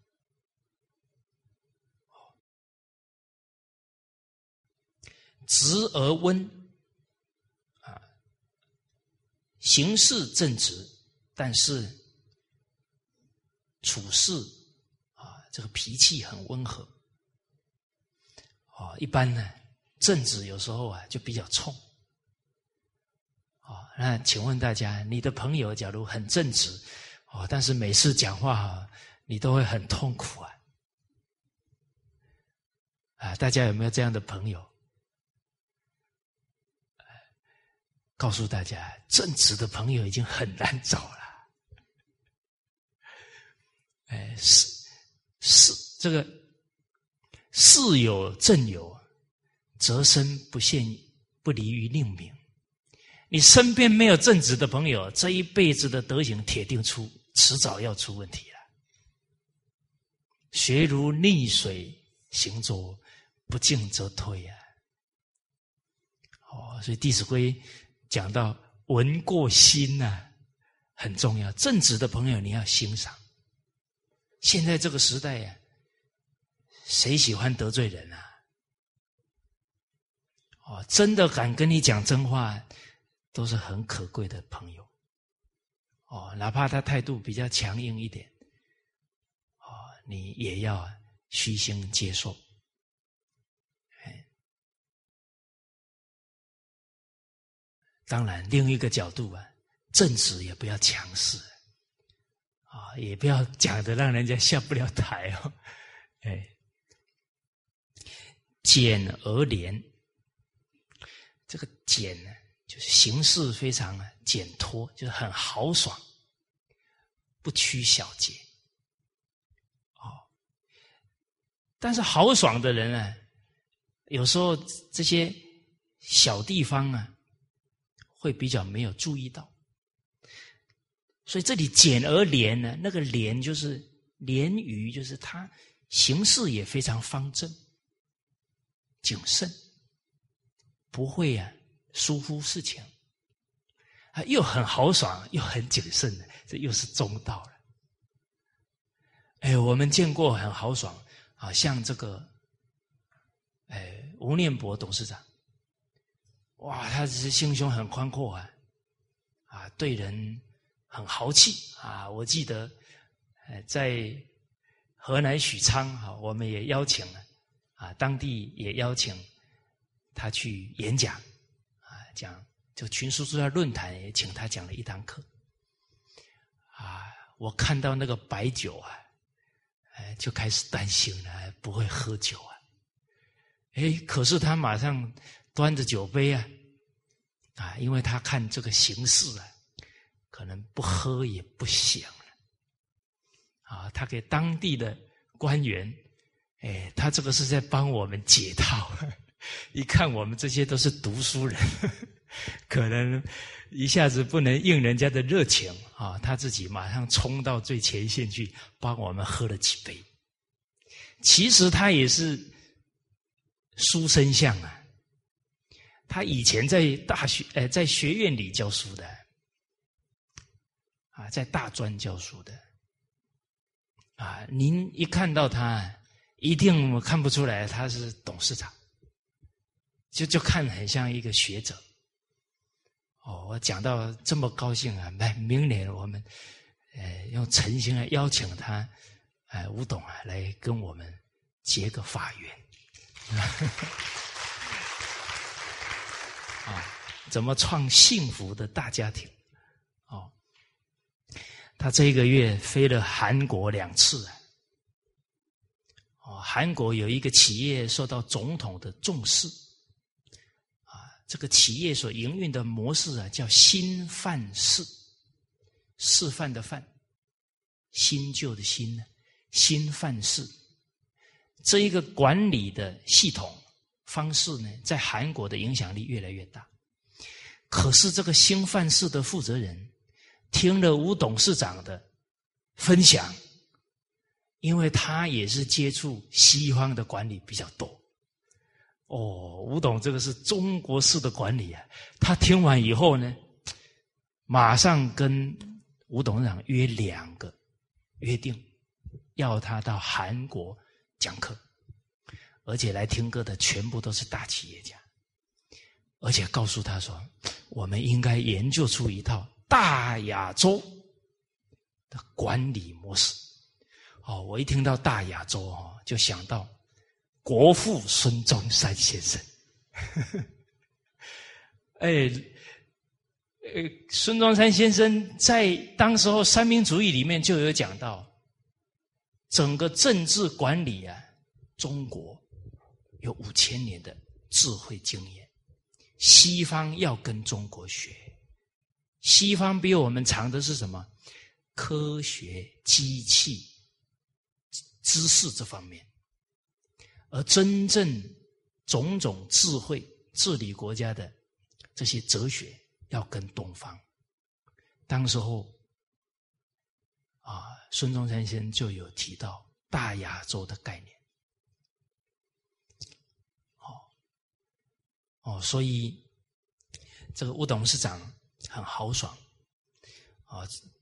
[SPEAKER 1] 直而温啊，行事正直，但是处事啊，这个脾气很温和。哦，一般呢，正直有时候啊就比较冲。哦，那请问大家，你的朋友假如很正直，哦，但是每次讲话啊，你都会很痛苦啊。啊，大家有没有这样的朋友？告诉大家，正直的朋友已经很难找了。哎，是是这个事有正有，则身不陷不离于佞名。你身边没有正直的朋友，这一辈子的德行铁定出，迟早要出问题了。学如逆水行舟，不进则退啊。哦，所以《弟子规》讲到闻过心啊，很重要。正直的朋友你要欣赏。现在这个时代呀、啊，谁喜欢得罪人啊？哦，真的敢跟你讲真话，都是很可贵的朋友。哦，哪怕他态度比较强硬一点，哦，你也要虚心接受。当然，另一个角度啊，正直也不要强势啊，也不要讲的让人家下不了台哦。哎，简而廉，这个简呢，就是行事非常简脱，就是很豪爽，不拘小节。哦，但是豪爽的人啊，有时候这些小地方啊，会比较没有注意到。所以这里简而廉呢，那个廉就是廉于，就是他行事也非常方正谨慎，不会啊疏忽事情啊，又很豪爽又很谨慎的，这又是中道了。哎，我们见过很豪爽啊，像这个哎吴念伯董事长，哇，他只是心胸很宽阔啊，啊，对人很豪气啊。我记得，呃，在河南许昌啊，我们也邀请了啊，当地也邀请他去演讲啊，讲就群书治要论坛也请他讲了一堂课啊。 我看到那个白酒啊，哎，就开始担心了，不会喝酒啊。哎，可是他马上端着酒杯啊，啊，因为他看这个形势啊，可能不喝也不行了。啊，他给当地的官员，哎，他这个是在帮我们解套。一看我们这些都是读书人，可能一下子不能应人家的热情啊，他自己马上冲到最前线去帮我们喝了几杯。其实他也是书生相啊，他以前在大学呃在学院里教书的啊，在大专教书的啊，您一看到他一定看不出来他是董事长，就就看很像一个学者。哦，我讲到这么高兴啊！明年我们呃用诚心来邀请他，呃吴董啊来跟我们结个法缘。啊，怎么创幸福的大家庭？哦，他这一个月飞了韩国两次啊。哦，韩国有一个企业受到总统的重视。这个企业所营运的模式啊，叫新范式，示范的范，新旧的新呢，新范式。这一个管理的系统方式呢，在韩国的影响力越来越大。可是这个新范式的负责人听了吴董事长的分享，因为他也是接触西方的管理比较多。哦，吴董这个是中国式的管理啊！他听完以后呢，马上跟吴董事长约两个约定，要他到韩国讲课，而且来听课的全部都是大企业家，而且告诉他说，我们应该研究出一套大亚洲的管理模式。哦，我一听到大亚洲哦，就想到国父孙中山先生。哎，呃，孙中山先生在当时候三民主义里面就有讲到，整个政治管理啊，中国有五千年的智慧经验，西方要跟中国学。西方比我们长的是什么？科学、机器、知识这方面。而真正种种智慧治理国家的这些哲学要跟东方。当时候啊，孙中山先生就有提到大亚洲的概念。哦哦，所以这个吴董事长很豪爽啊，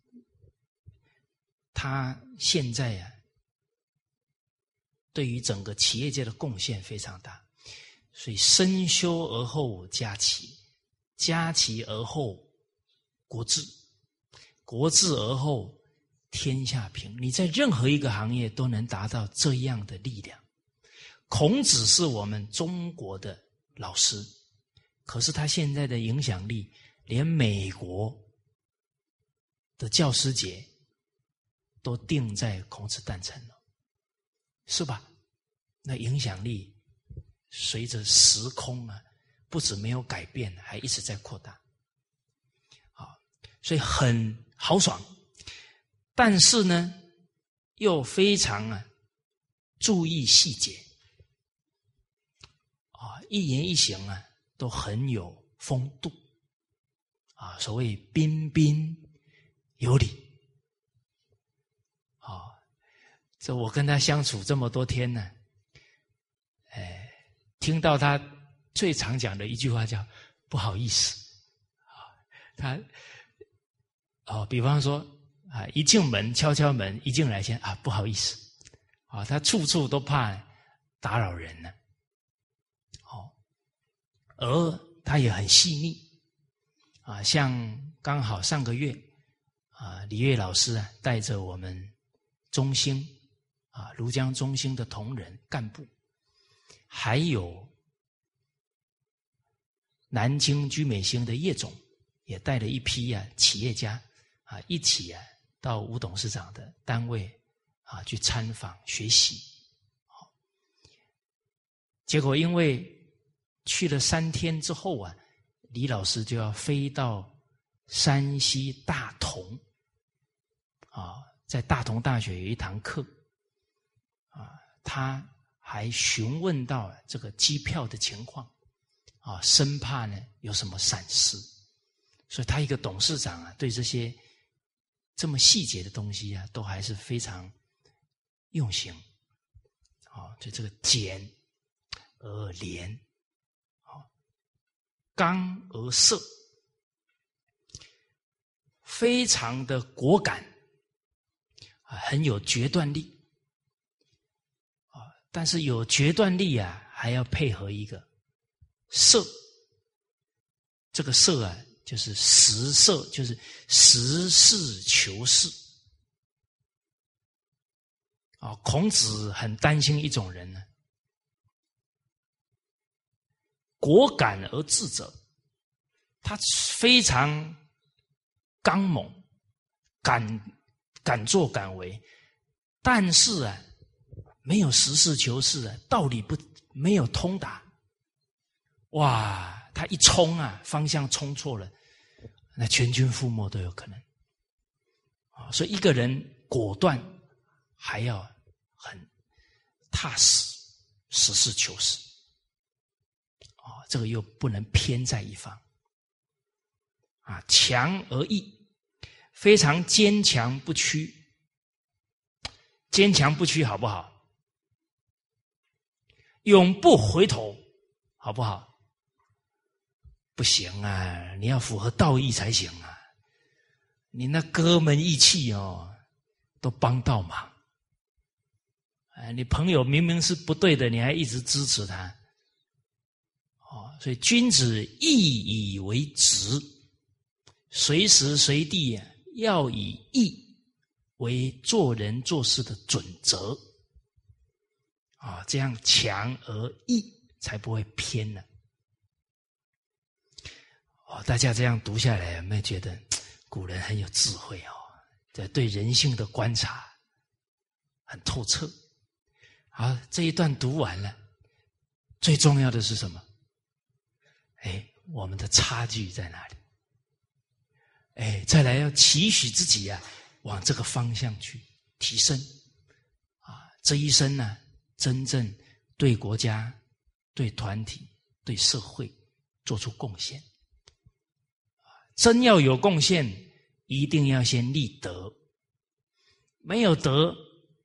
[SPEAKER 1] 他现在啊，对于整个企业界的贡献非常大，所以身修而后家齐，家齐而后国治，国治而后天下平。你在任何一个行业都能达到这样的力量。孔子是我们中国的老师，可是他现在的影响力，连美国的教师节都定在孔子诞辰了。是吧？那影响力随着时空啊，不止没有改变，还一直在扩大。啊，所以很豪爽，但是呢，又非常啊注意细节。啊，一言一行啊都很有风度。啊，所谓彬彬有礼。这我跟他相处这么多天呢，哎，听到他最常讲的一句话叫“不好意思”，啊，他哦，比方说啊，一进门敲敲门，一进来先啊，不好意思，啊，他处处都怕打扰人呢，哦，而他也很细腻，啊，像刚好上个月啊，李岳老师啊，带着我们中兴。啊，庐江中兴的同仁干部，还有南京居美兴的叶总，也带了一批啊企业家啊一起啊到吴董事长的单位啊去参访学习。结果因为去了三天之后啊，李老师就要飞到山西大同啊，在大同大学有一堂课啊，他还询问到这个机票的情况啊，生怕呢有什么闪失，所以他一个董事长啊，对这些这么细节的东西啊，都还是非常用心啊。就这个简而廉，啊，刚而色，非常的果敢，啊，很有决断力，啊，但是有决断力啊，还要配合一个色，这个色啊，就是实色，就是实事求是。啊，孔子很担心一种人呢，果敢而智者，他非常刚猛，敢敢作敢为，但是啊，没有实事求是啊，道理不没有通达，哇，他一冲啊，方向冲错了，那全军覆没都有可能。啊，所以一个人果断，还要很踏实，实事求是。啊，这个又不能偏在一方。啊，强而毅，非常坚强不屈。坚强不屈好不好？永不回头好不好？不行啊，你要符合道义才行啊。你那哥们义气哦，都帮倒忙。哎，你朋友明明是不对的，你还一直支持他。哦，所以君子义以为直，随时随地啊，要以义为做人做事的准则。啊，这样强而毅才不会偏呢。哦，大家这样读下来，有没有觉得古人很有智慧哦？这对人性的观察很透彻。好，这一段读完了，最重要的是什么？哎，我们的差距在哪里？哎，再来要期许自己啊，往这个方向去提升啊，这一生呢，真正对国家、对团体、对社会做出贡献。真要有贡献，一定要先立德。没有德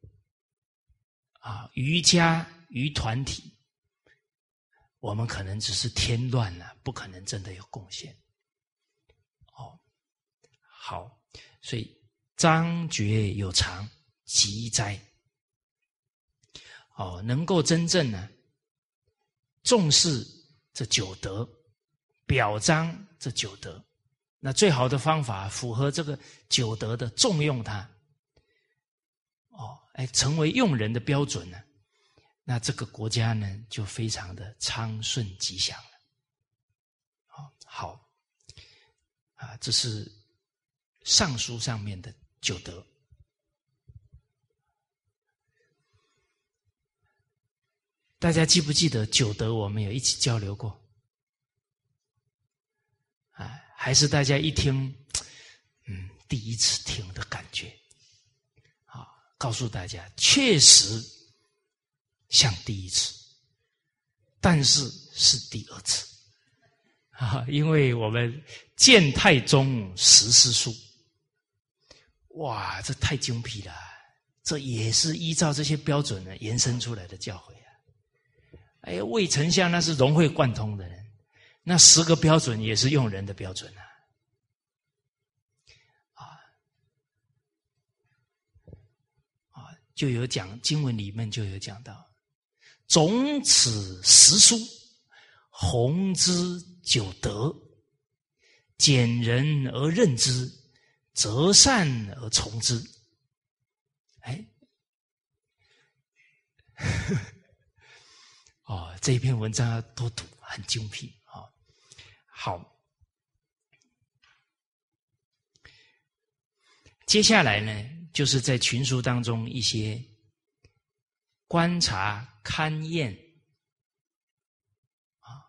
[SPEAKER 1] 啊，于家于团体，我们可能只是添乱了，不可能真的有贡献。哦，好，所以张觉有常，吉哉。哦，能够真正呢重视这九德，表彰这九德，那最好的方法符合这个九德的重用它。哦，哎，成为用人的标准呢，那这个国家呢就非常的昌顺吉祥了。哦，好，啊，这是尚书上面的九德。大家记不记得九德我们有一起交流过？啊，还是大家一听，嗯，第一次听的感觉。啊，告诉大家，确实像第一次，但是是第二次。啊，因为我们建太宗十四书，哇，这太精辟了，这也是依照这些标准呢延伸出来的教诲。哎，魏丞相那是融会贯通的人，那十个标准也是用人的标准啊！啊啊，就有讲经文里面就有讲到，总此十书，弘之九德，简人而任之，择善而从之。哎。哦，这一篇文章要多读，很精辟啊、哦！好， 接下来呢，就是在群书当中一些观察勘验啊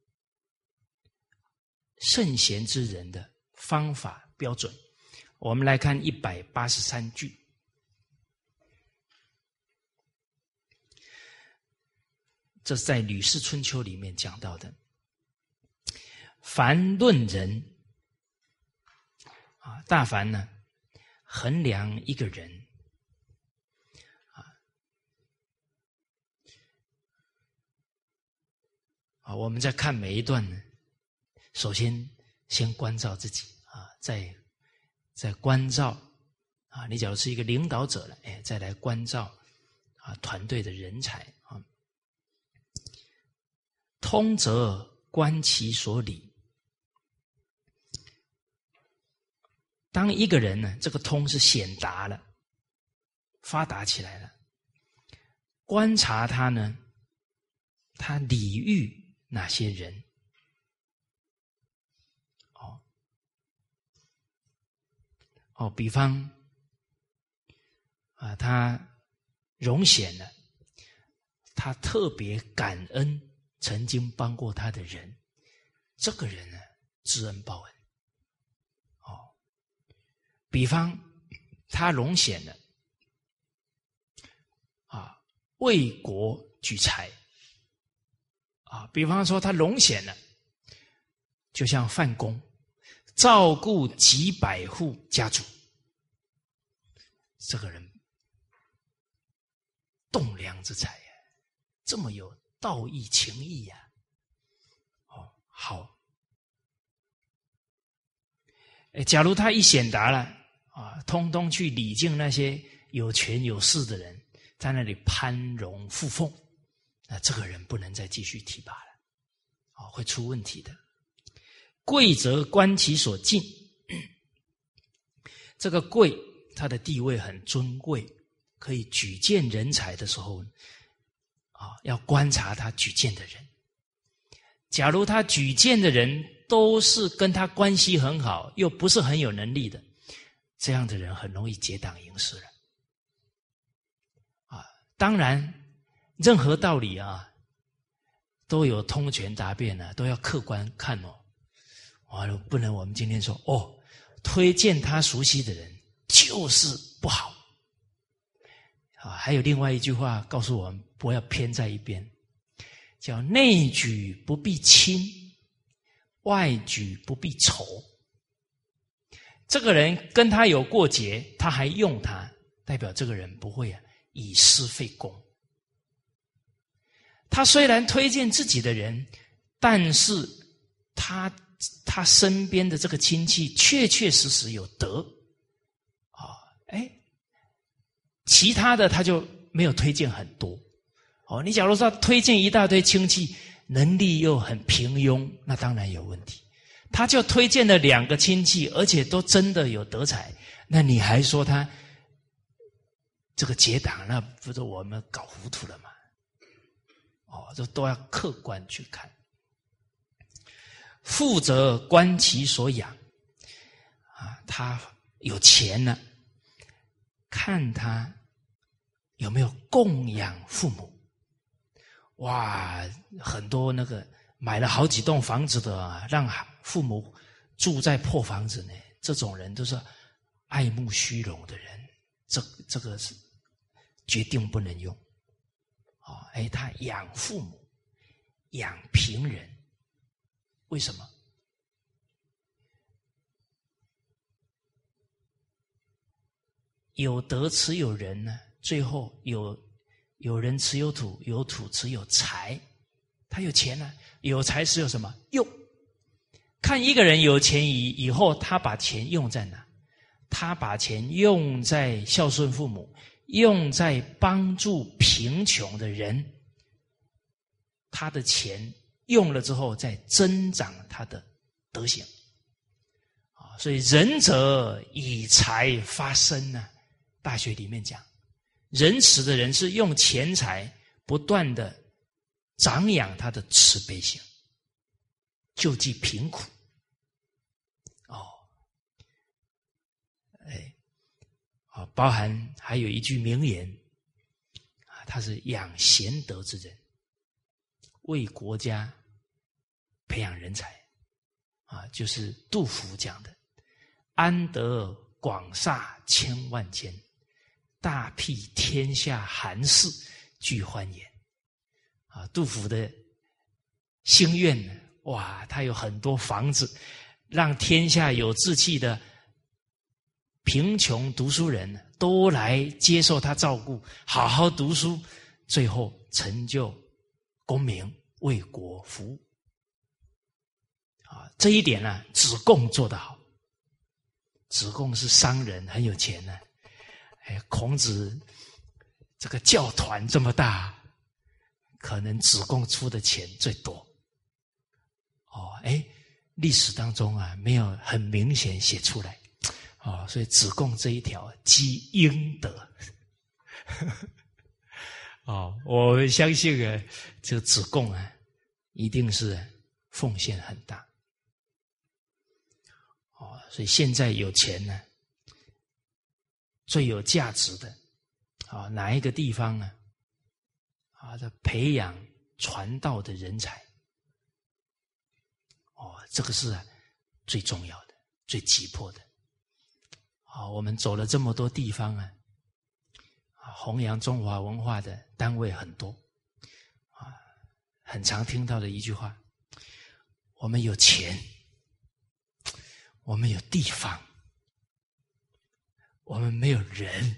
[SPEAKER 1] 圣贤之人的方法标准。我们来看一百八十三句。这是在《吕氏春秋》里面讲到的。凡论人啊，大凡呢衡量一个人啊啊，我们在看每一段呢，首先先关照自己啊，再再关照啊，你假如是一个领导者了，哎，再来关照啊团队的人才啊。通则观其所理。当一个人呢，这个通是显达了，发达起来了，观察他呢，他礼遇哪些人？哦哦，比方啊，他荣显了，他特别感恩曾经帮过他的人，这个人呢，知恩报恩。哦，比方他荣显了，啊，为国举才，啊，比方说他荣显了，就像范公，照顾几百户家族，这个人栋梁之才，这么有道义情义呀、啊，哦，好。假如他一显达了啊，通通去礼敬那些有权有势的人，在那里攀荣附凤，那这个人不能再继续提拔了，啊，会出问题的。贵则观其所敬，这个贵，他的地位很尊贵，可以举荐人才的时候。啊，要观察他举荐的人。假如他举荐的人都是跟他关系很好，又不是很有能力的，这样的人很容易结党营私了。啊，当然，任何道理啊，都有通权达变啊，都要客观看哦。完了，不能我们今天说哦，推荐他熟悉的人就是不好。啊，还有另外一句话告诉我们，不要偏在一边，叫内举不必亲，外举不必仇。这个人跟他有过节，他还用他，代表这个人不会啊以私废公。他虽然推荐自己的人，但是他他身边的这个亲戚确确实实有德啊，哎。其他的他就没有推荐很多，哦，你假如说推荐一大堆亲戚，能力又很平庸，那当然有问题。他就推荐了两个亲戚，而且都真的有德才，那你还说他这个结党，那不是我们搞糊涂了吗？哦，这都要客观去看。富则观其所养，啊，他有钱了，看他有没有供养父母。哇，很多那个买了好几栋房子的啊，让父母住在破房子呢，这种人都是爱慕虚荣的人，这这个是决定不能用。哦，哎，他养父母，养贫人，为什么？有德持有人呢，最后有有人持有土，有土持有财，他有钱呢，有财是有什么用？看一个人有钱以以后，他把钱用在哪？他把钱用在孝顺父母，用在帮助贫穷的人，他的钱用了之后，再增长他的德行。啊，所以仁者以财发身呢。大学里面讲，仁慈的人是用钱财不断的长养他的慈悲心，救济贫苦。哦，哎， 啊，包含还有一句名言啊，他是养贤德之人，为国家培养人才啊，就是杜甫讲的“安得广厦千万间，大庇天下寒士俱欢颜”。啊，杜甫的心愿呢，哇，他有很多房子，让天下有志气的贫穷读书人都来接受他照顾，好好读书，最后成就功名，为国服务。啊，这一点呢，子贡做得好。子贡是商人，很有钱呢。哎，孔子这个教团这么大，可能子贡出的钱最多。哦，哎，历史当中啊，没有很明显写出来。哦，所以子贡这一条积阴德。哦，我相信啊，这个子贡啊，一定是奉献很大。哦，所以现在有钱呢，最有价值的啊，哪一个地方呢？啊，这培养传道的人才。哦，这个是最重要的、最急迫的。啊，我们走了这么多地方啊，啊，弘扬中华文化的单位很多，啊，很常听到的一句话：我们有钱，我们有地方，我们没有人。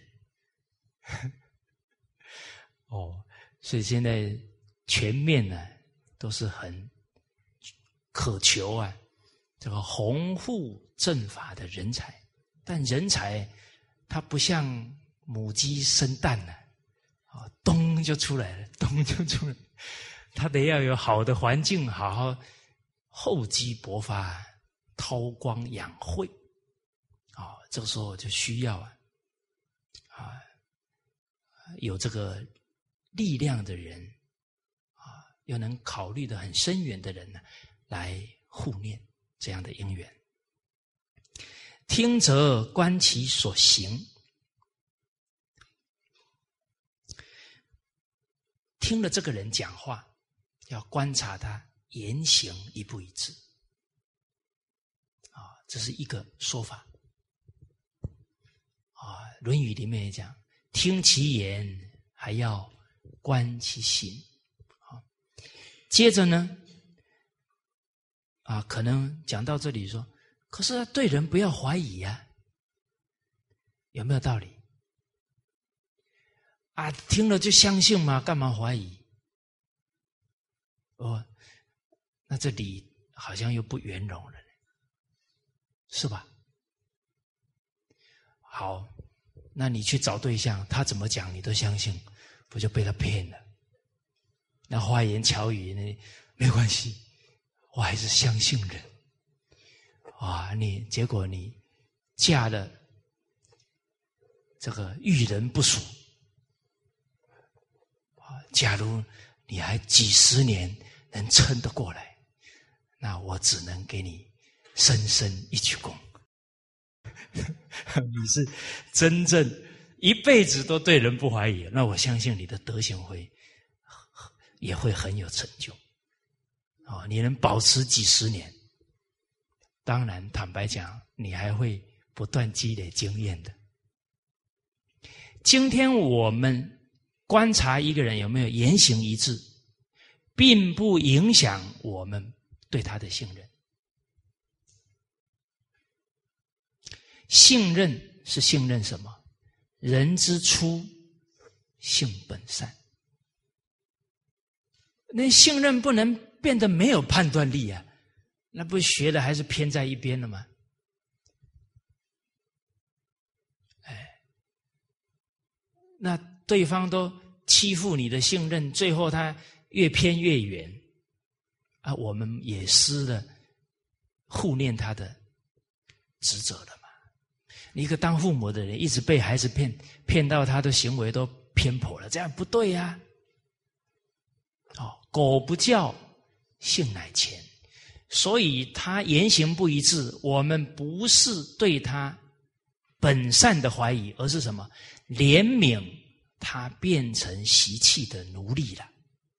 [SPEAKER 1] 哦，所以现在全面呢，都是很渴求啊，这个弘护正法的人才。但人才他不像母鸡生蛋呢，啊，咚就出来了，咚就出来了。他得要有好的环境，好好厚积薄发，韬光养晦。啊，这个时候就需要啊，啊，有这个力量的人，啊，又能考虑的很深远的人呢，来护念这样的因缘。听则观其所行，听了这个人讲话，要观察他言行一不一致。啊，这是一个说法。啊，《论语》里面也讲，听其言，还要观其行。啊，接着呢，啊，可能讲到这里说，可是对人不要怀疑呀，啊，有没有道理？啊，听了就相信吗？干嘛怀疑？哦，那这理好像又不圆融了，是吧？好，那你去找对象，他怎么讲你都相信，不就被他骗了？那花言巧语呢？没关系，我还是相信人。啊，你结果你嫁了这个遇人不淑。啊，假如你还几十年能撑得过来，那我只能给你深深一鞠躬。你是真正一辈子都对人不怀疑，那我相信你的德行会也会很有成就。哦，你能保持几十年，当然坦白讲，你还会不断积累经验的。今天我们观察一个人有没有言行一致，并不影响我们对他的信任。信任是信任什么？人之初，性本善。那信任不能变得没有判断力啊，那不学的还是偏在一边了吗？哎，那对方都欺负你的信任，最后他越偏越远啊，我们也失了护念他的职责了嘛。一个当父母的人一直被孩子骗，骗到他的行为都偏颇了，这样不对呀。哦，狗不教，性乃迁。所以他言行不一致，我们不是对他本善的怀疑，而是什么？怜悯他变成习气的奴隶了。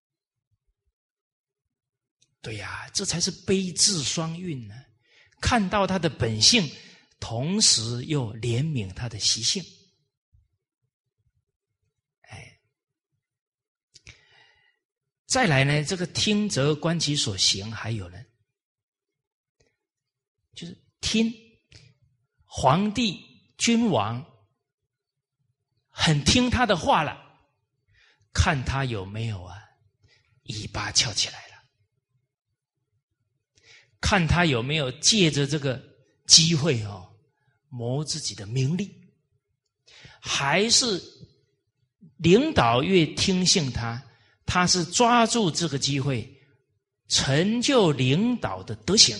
[SPEAKER 1] 对呀，这才是悲智双运呢。看到他的本性，同时又怜悯他的习性。哎，再来呢，这个听则观其所行，还有呢，就是听皇帝君王很听他的话了，看他有没有啊尾巴翘起来了，看他有没有借着这个机会哦谋自己的名利，还是领导越听信他，他是抓住这个机会成就领导的德行，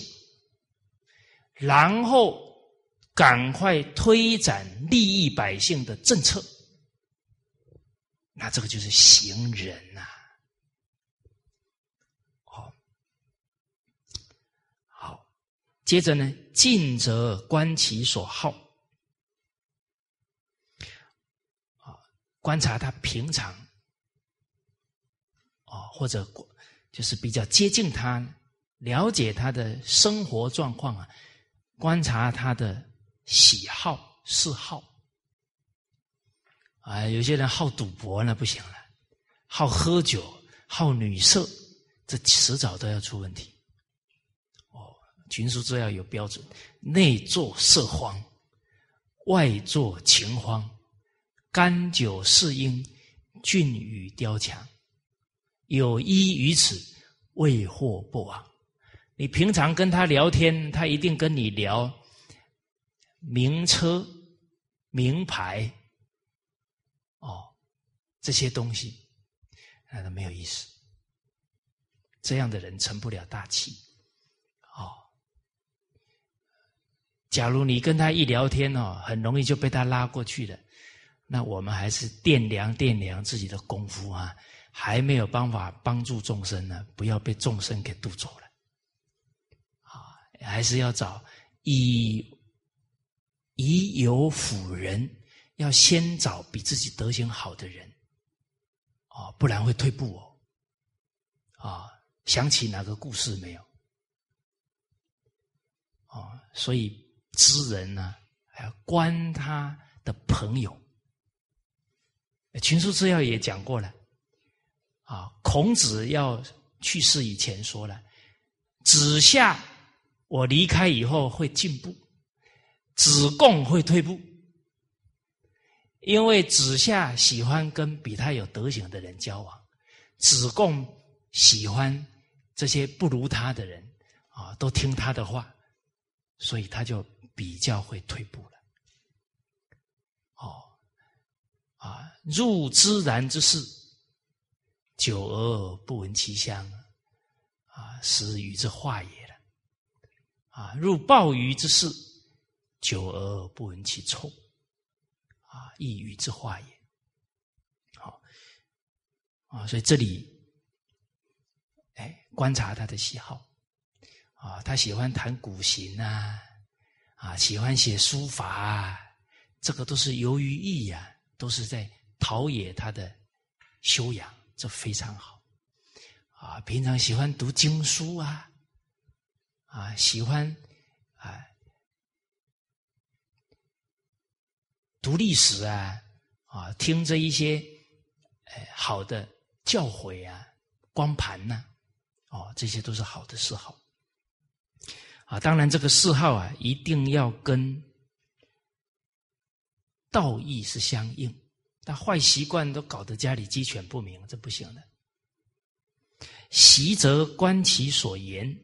[SPEAKER 1] 然后赶快推展利益百姓的政策，那这个就是行人呐、啊。好，好，接着呢，近则观其所好，啊，观察他平常，啊，或者就是比较接近他，了解他的生活状况啊，观察他的喜好嗜好。啊，有些人好赌博那不行了，好喝酒，好女色，这迟早都要出问题。哦，群书治要有标准，内作色荒，外作情荒，甘酒适应，俊语雕强，有依于此，未获不往。你平常跟他聊天，他一定跟你聊名车、名牌，哦，这些东西，那都没有意思。这样的人成不了大器。哦，假如你跟他一聊天哦，很容易就被他拉过去了。那我们还是掂量掂量自己的功夫啊，还没有办法帮助众生呢，不要被众生给渡走了。啊，还是要找以以有辅人，要先找比自己德行好的人，啊，不然会退步哦。啊，想起哪个故事没有？啊，所以知人呢，还要观他的朋友。群书治要也讲过了，啊，孔子要去世以前说了，子夏我离开以后会进步，子贡会退步。因为子夏喜欢跟比他有德行的人交往，子贡喜欢这些不如他的人啊，都听他的话，所以他就比较会退步了。哦，啊，入芝然之室，久而不闻其香，啊，是与之化也了。啊，入鲍鱼之室，久而不闻其臭。啊，亦与之化也。好，啊，所以这里，哎，观察他的喜好，啊，他喜欢弹古琴啊，啊，喜欢写书法啊，这个都是由于意呀、啊，都是在陶冶他的修养，这非常好。啊，平常喜欢读经书啊，啊，喜欢啊。读历史啊，啊，听着一些呃好的教诲啊、光盘呐、啊，哦，这些都是好的嗜好。啊，当然这个嗜好啊，一定要跟道义是相应。但坏习惯都搞得家里鸡犬不宁，这不行的。习则观其所言。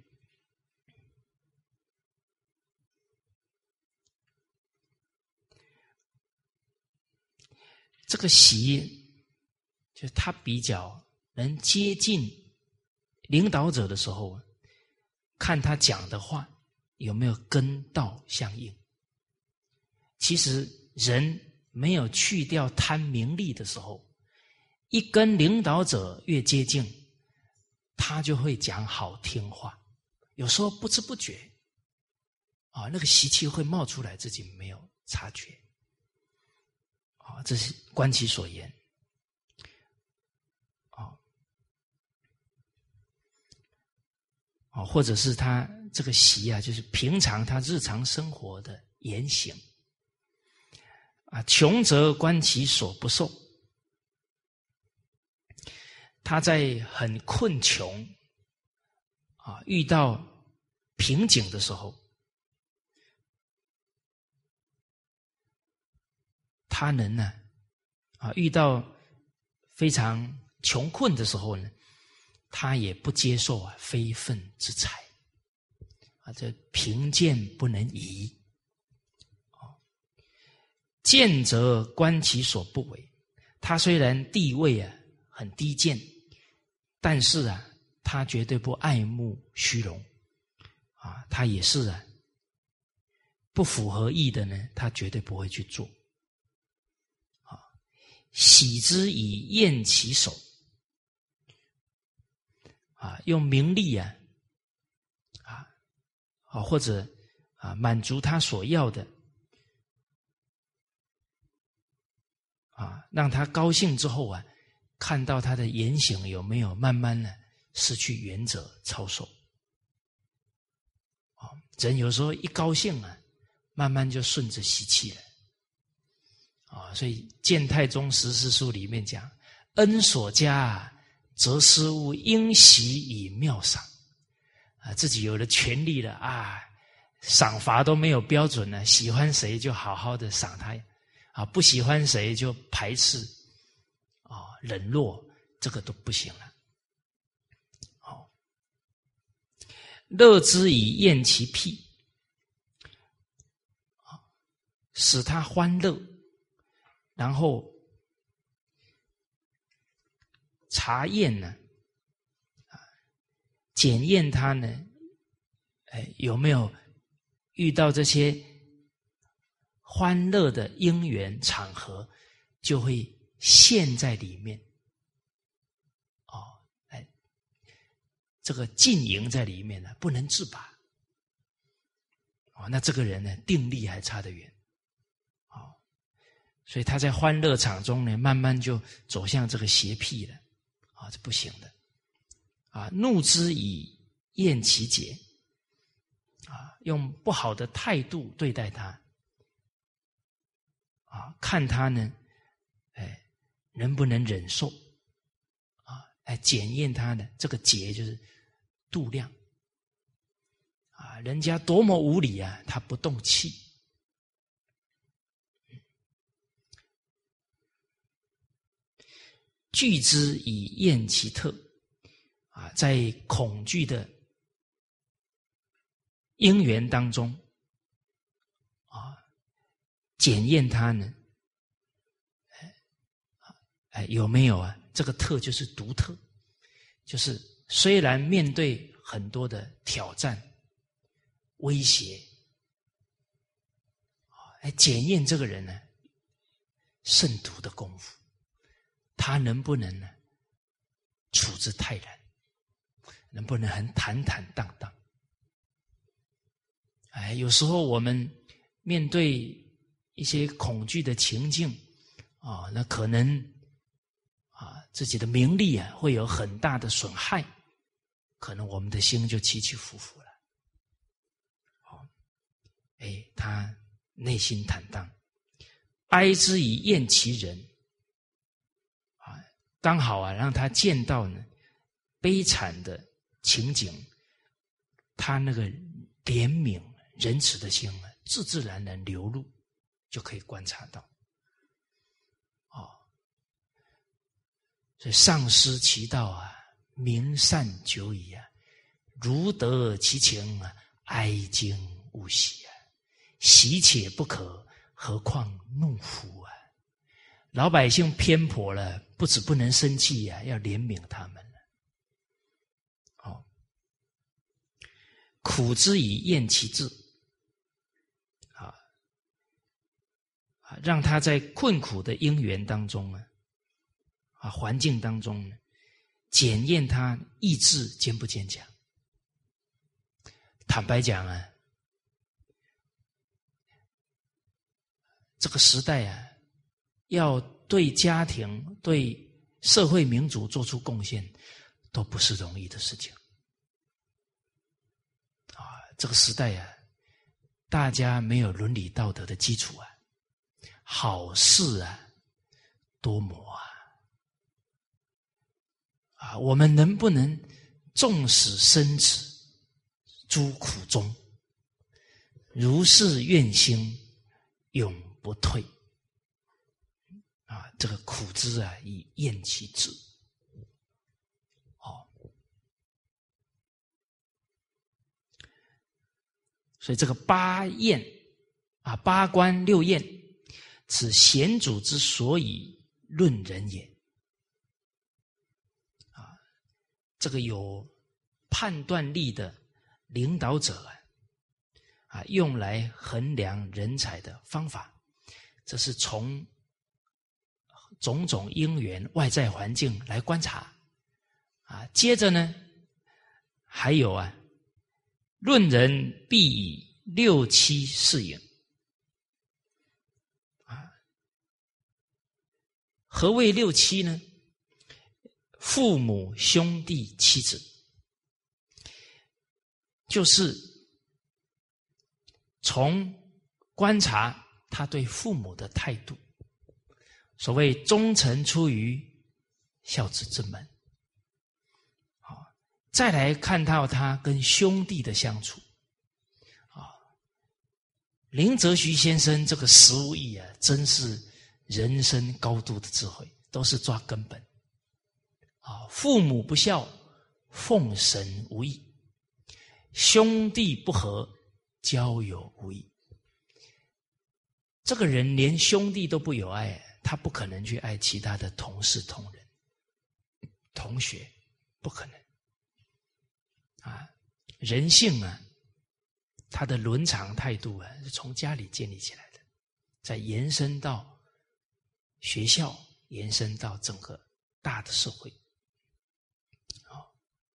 [SPEAKER 1] 这个习，就是他比较能接近领导者的时候，看他讲的话有没有跟道相应。其实人没有去掉贪名利的时候，一跟领导者越接近，他就会讲好听话。有时候不知不觉，啊，那个习气会冒出来，自己没有察觉。 啊，这是观其所言。啊，啊，或者是他这个习啊，就是平常他日常生活的言行。啊，穷则观其所不受。他在很困穷啊，遇到瓶颈的时候，他能呢啊，遇到非常穷困的时候呢，他也不接受啊非分之财啊，这贫贱不能移。贱则观其所不为。他虽然地位啊很低贱，但是啊，他绝对不爱慕虚荣啊，他也是啊，不符合意的呢，他绝对不会去做。啊，喜之以厌其手。啊，用名利啊，啊，啊或者啊满足他所要的。啊，让他高兴之后啊，看到他的言行有没有慢慢呢失去原则操守。啊，人有时候一高兴啊，慢慢就顺着习气了。啊，所以《谏太宗十思书》里面讲：恩所加，则失物应习以妙赏。啊，自己有了权力了啊，赏罚都没有标准了，喜欢谁就好好的赏他。啊，不喜欢谁就排斥，啊，冷落，这个都不行了。好，乐之以厌其癖，啊，使他欢乐，然后查验呢，啊，检验他呢，哎，有没有遇到这些欢乐的因缘场合，就会陷在里面。哦，哎，这个浸淫在里面呢，不能自拔。哦，那这个人呢，定力还差得远。哦，所以他在欢乐场中呢，慢慢就走向这个邪僻了。啊、哦，这不行的。啊，怒之以厌其节。啊，用不好的态度对待他。啊，看他呢，哎，能不能忍受？啊，哎，检验他的这个节就是度量。啊，人家多么无理啊，他不动气。惧之以厌其特。啊，在恐惧的因缘当中，啊。检验他呢，哎，有没有啊？这个特就是独特，就是虽然面对很多的挑战、威胁，哎，检验这个人呢，慎独的功夫，他能不能呢处之泰然，能不能很坦坦荡荡？哎，有时候我们面对一些恐惧的情境啊，那可能啊自己的名利啊会有很大的损害，可能我们的心就起起伏伏了。好，哎，他内心坦荡，哀之以厌其人啊，刚好啊让他见到呢悲惨的情景，他那个怜悯仁慈的心啊，自自然然流露。就可以观察到，哦，所以上师其道啊，明善久矣啊，如得其情啊，哀惊勿喜啊，喜且不可，何况怒乎啊！老百姓偏颇了，不止不能生气啊，要怜悯他们了。哦，苦之以厌其志。让他在困苦的因缘当中啊，啊环境当中呢，检验他意志坚不坚强。坦白讲啊，这个时代啊， 要对家庭、对社会民主做出贡献，都不是容易的事情。啊，这个时代啊，大家没有伦理道德的基础啊，好事啊多磨啊。啊，我们能不能纵使生子诸苦中，如是愿心永不退？啊，这个苦之啊，以厌其志。哦，所以这个八厌啊，八观六厌，此贤主之所以论人也。啊，这个有判断力的领导者啊，啊，用来衡量人才的方法，这是从种种因缘、外在环境来观察啊。接着呢，还有啊，论人必以六七适应啊。何谓六七呢？父母、兄弟、妻子，就是从观察他对父母的态度。所谓忠臣出于孝子之门，好，再来看到他跟兄弟的相处，啊，林则徐先生这个十五义啊，真是人生高度的智慧，都是抓根本。啊，父母不孝，奉神无益；兄弟不和，交友无益。这个人连兄弟都不友爱，他不可能去爱其他的同事、同仁、同学，不可能。啊，人性啊，他的伦常态度啊，是从家里建立起来的，再延伸到学校，延伸到整个大的社会。好，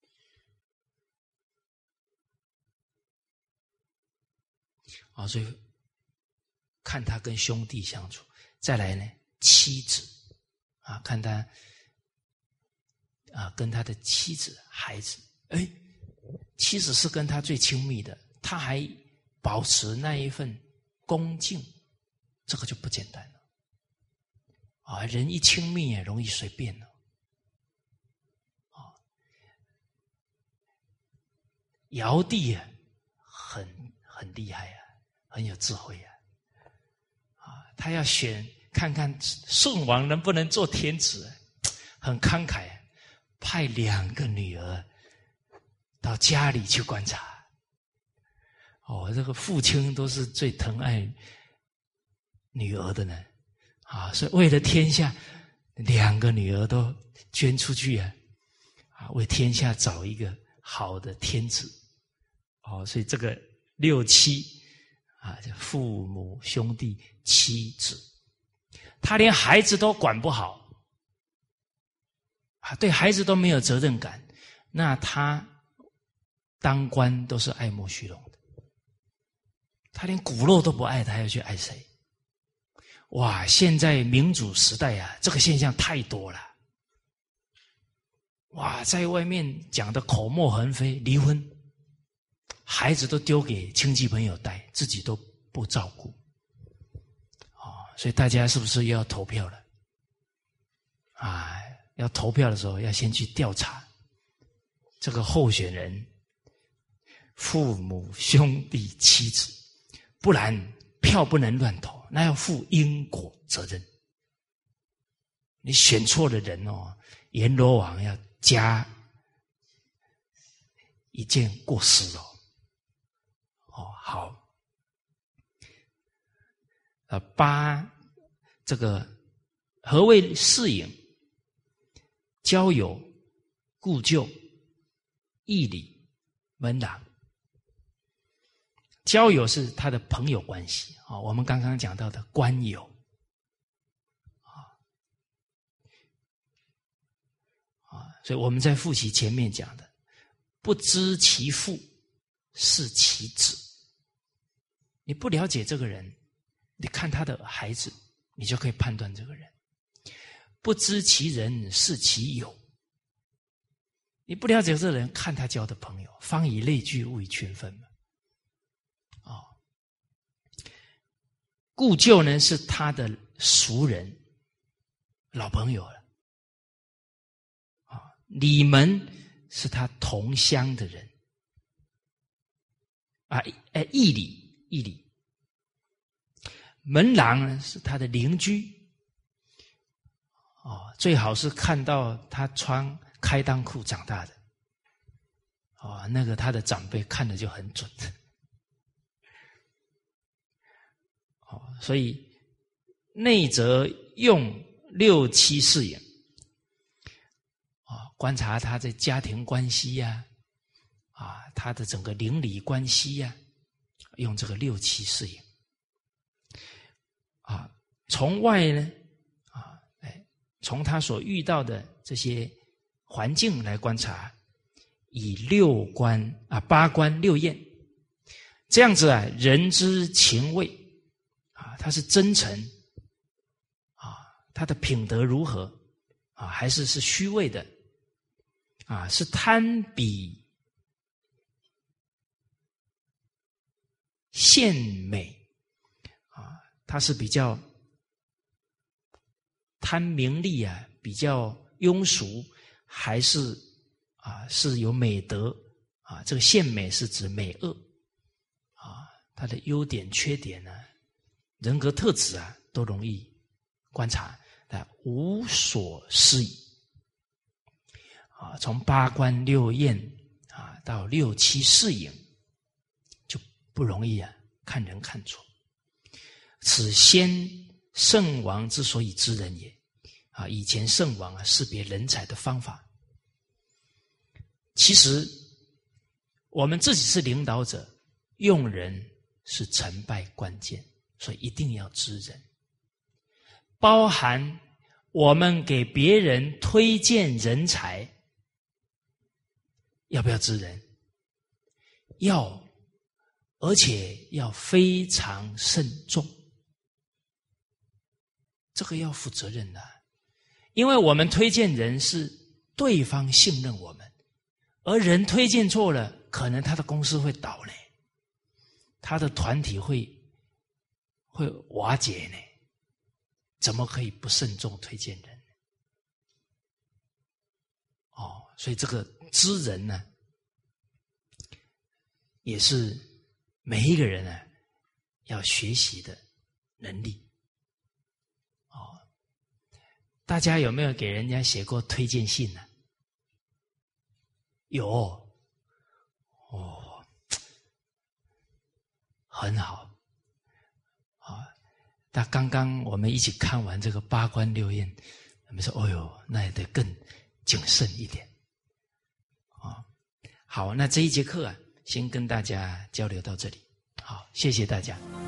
[SPEAKER 1] 啊，所以看他跟兄弟相处，再来呢，妻子啊，看他啊跟他的妻子、孩子，哎，妻子是跟他最亲密的，他还保持那一份恭敬，这个就不简单了。啊，人一亲密也容易随便了。啊，尧帝啊，很很厉害啊，很有智慧啊。啊，他要选看看舜王能不能做天子，很慷慨，派两个女儿到家里去观察。哦，这个父亲都是最疼爱女儿的呢，啊，所以为了天下，两个女儿都捐出去啊，啊，为天下找一个好的天子。哦，所以这个六妻啊，父母、兄弟、妻子，他连孩子都管不好，啊，对孩子都没有责任感，那他当官都是爱慕虚荣的。他连骨肉都不爱，他要去爱谁？哇！现在民主时代啊，这个现象太多了。哇，在外面讲的口沫横飞，离婚，孩子都丢给亲戚朋友带，自己都不照顾。哦，所以大家是不是又要投票了？啊，要投票的时候要先去调查这个候选人父母、兄弟、妻子。不然票不能乱投，那要负因果责任。你选错了人哦，阎罗王要加一件过失哦。哦，好。呃，八这个何谓适应？交友、故旧、义理、门廊。交友是他的朋友关系啊，我们刚刚讲到的官友啊啊，所以我们在复习前面讲的，不知其父是其子。你不了解这个人，你看他的孩子， 你就可以判断这个人。不知其人是其友，你不了解这个人，看他交的朋友，方以类聚，物以群分嘛。哦，故旧呢是他的熟人、老朋友了。啊、哦，里门是他同乡的人。啊，哎，义理，义理。门郎呢是他的邻居。哦，最好是看到他穿开裆裤长大的。哦，那个他的长辈看的就很准。哦，所以内则用六七四眼。啊，观察他的家庭关系呀、啊，啊，他的整个邻里关系呀、啊，用这个六七四眼。啊，从外呢，啊，哎，从他所遇到的这些环境来观察，以六观啊八观六验，这样子啊，人之情味啊，他是真诚啊，他的品德如何啊，还是是虚伪的啊，是贪比献美。他是比较贪名利啊，比较庸俗，还是啊是有美德啊？这个献美是指美恶啊，他的优点、缺点呢、啊，人格特质啊，都容易观察，啊，无所施矣啊。从八观六验啊到六七四隐，就不容易啊看人看错。此先圣王之所以知人也啊！以前圣王啊识别人才的方法，其实我们自己是领导者，用人是成败关键，所以一定要知人。包含我们给别人推荐人才，要不要知人？要，而且要非常慎重。这个要负责任的、啊，因为我们推荐人是对方信任我们，而人推荐错了，可能他的公司会倒呢，他的团体会会瓦解呢，怎么可以不慎重推荐人？哦，所以这个知人呢，也是每一个人呢要学习的能力。大家有没有给人家写过推荐信呢、啊？有，哦，很好啊！那刚刚我们一起看完这个八观六验，我们说：“哦呦，那也得更谨慎一点。”啊，好，那这一节课啊，先跟大家交流到这里。好，谢谢大家。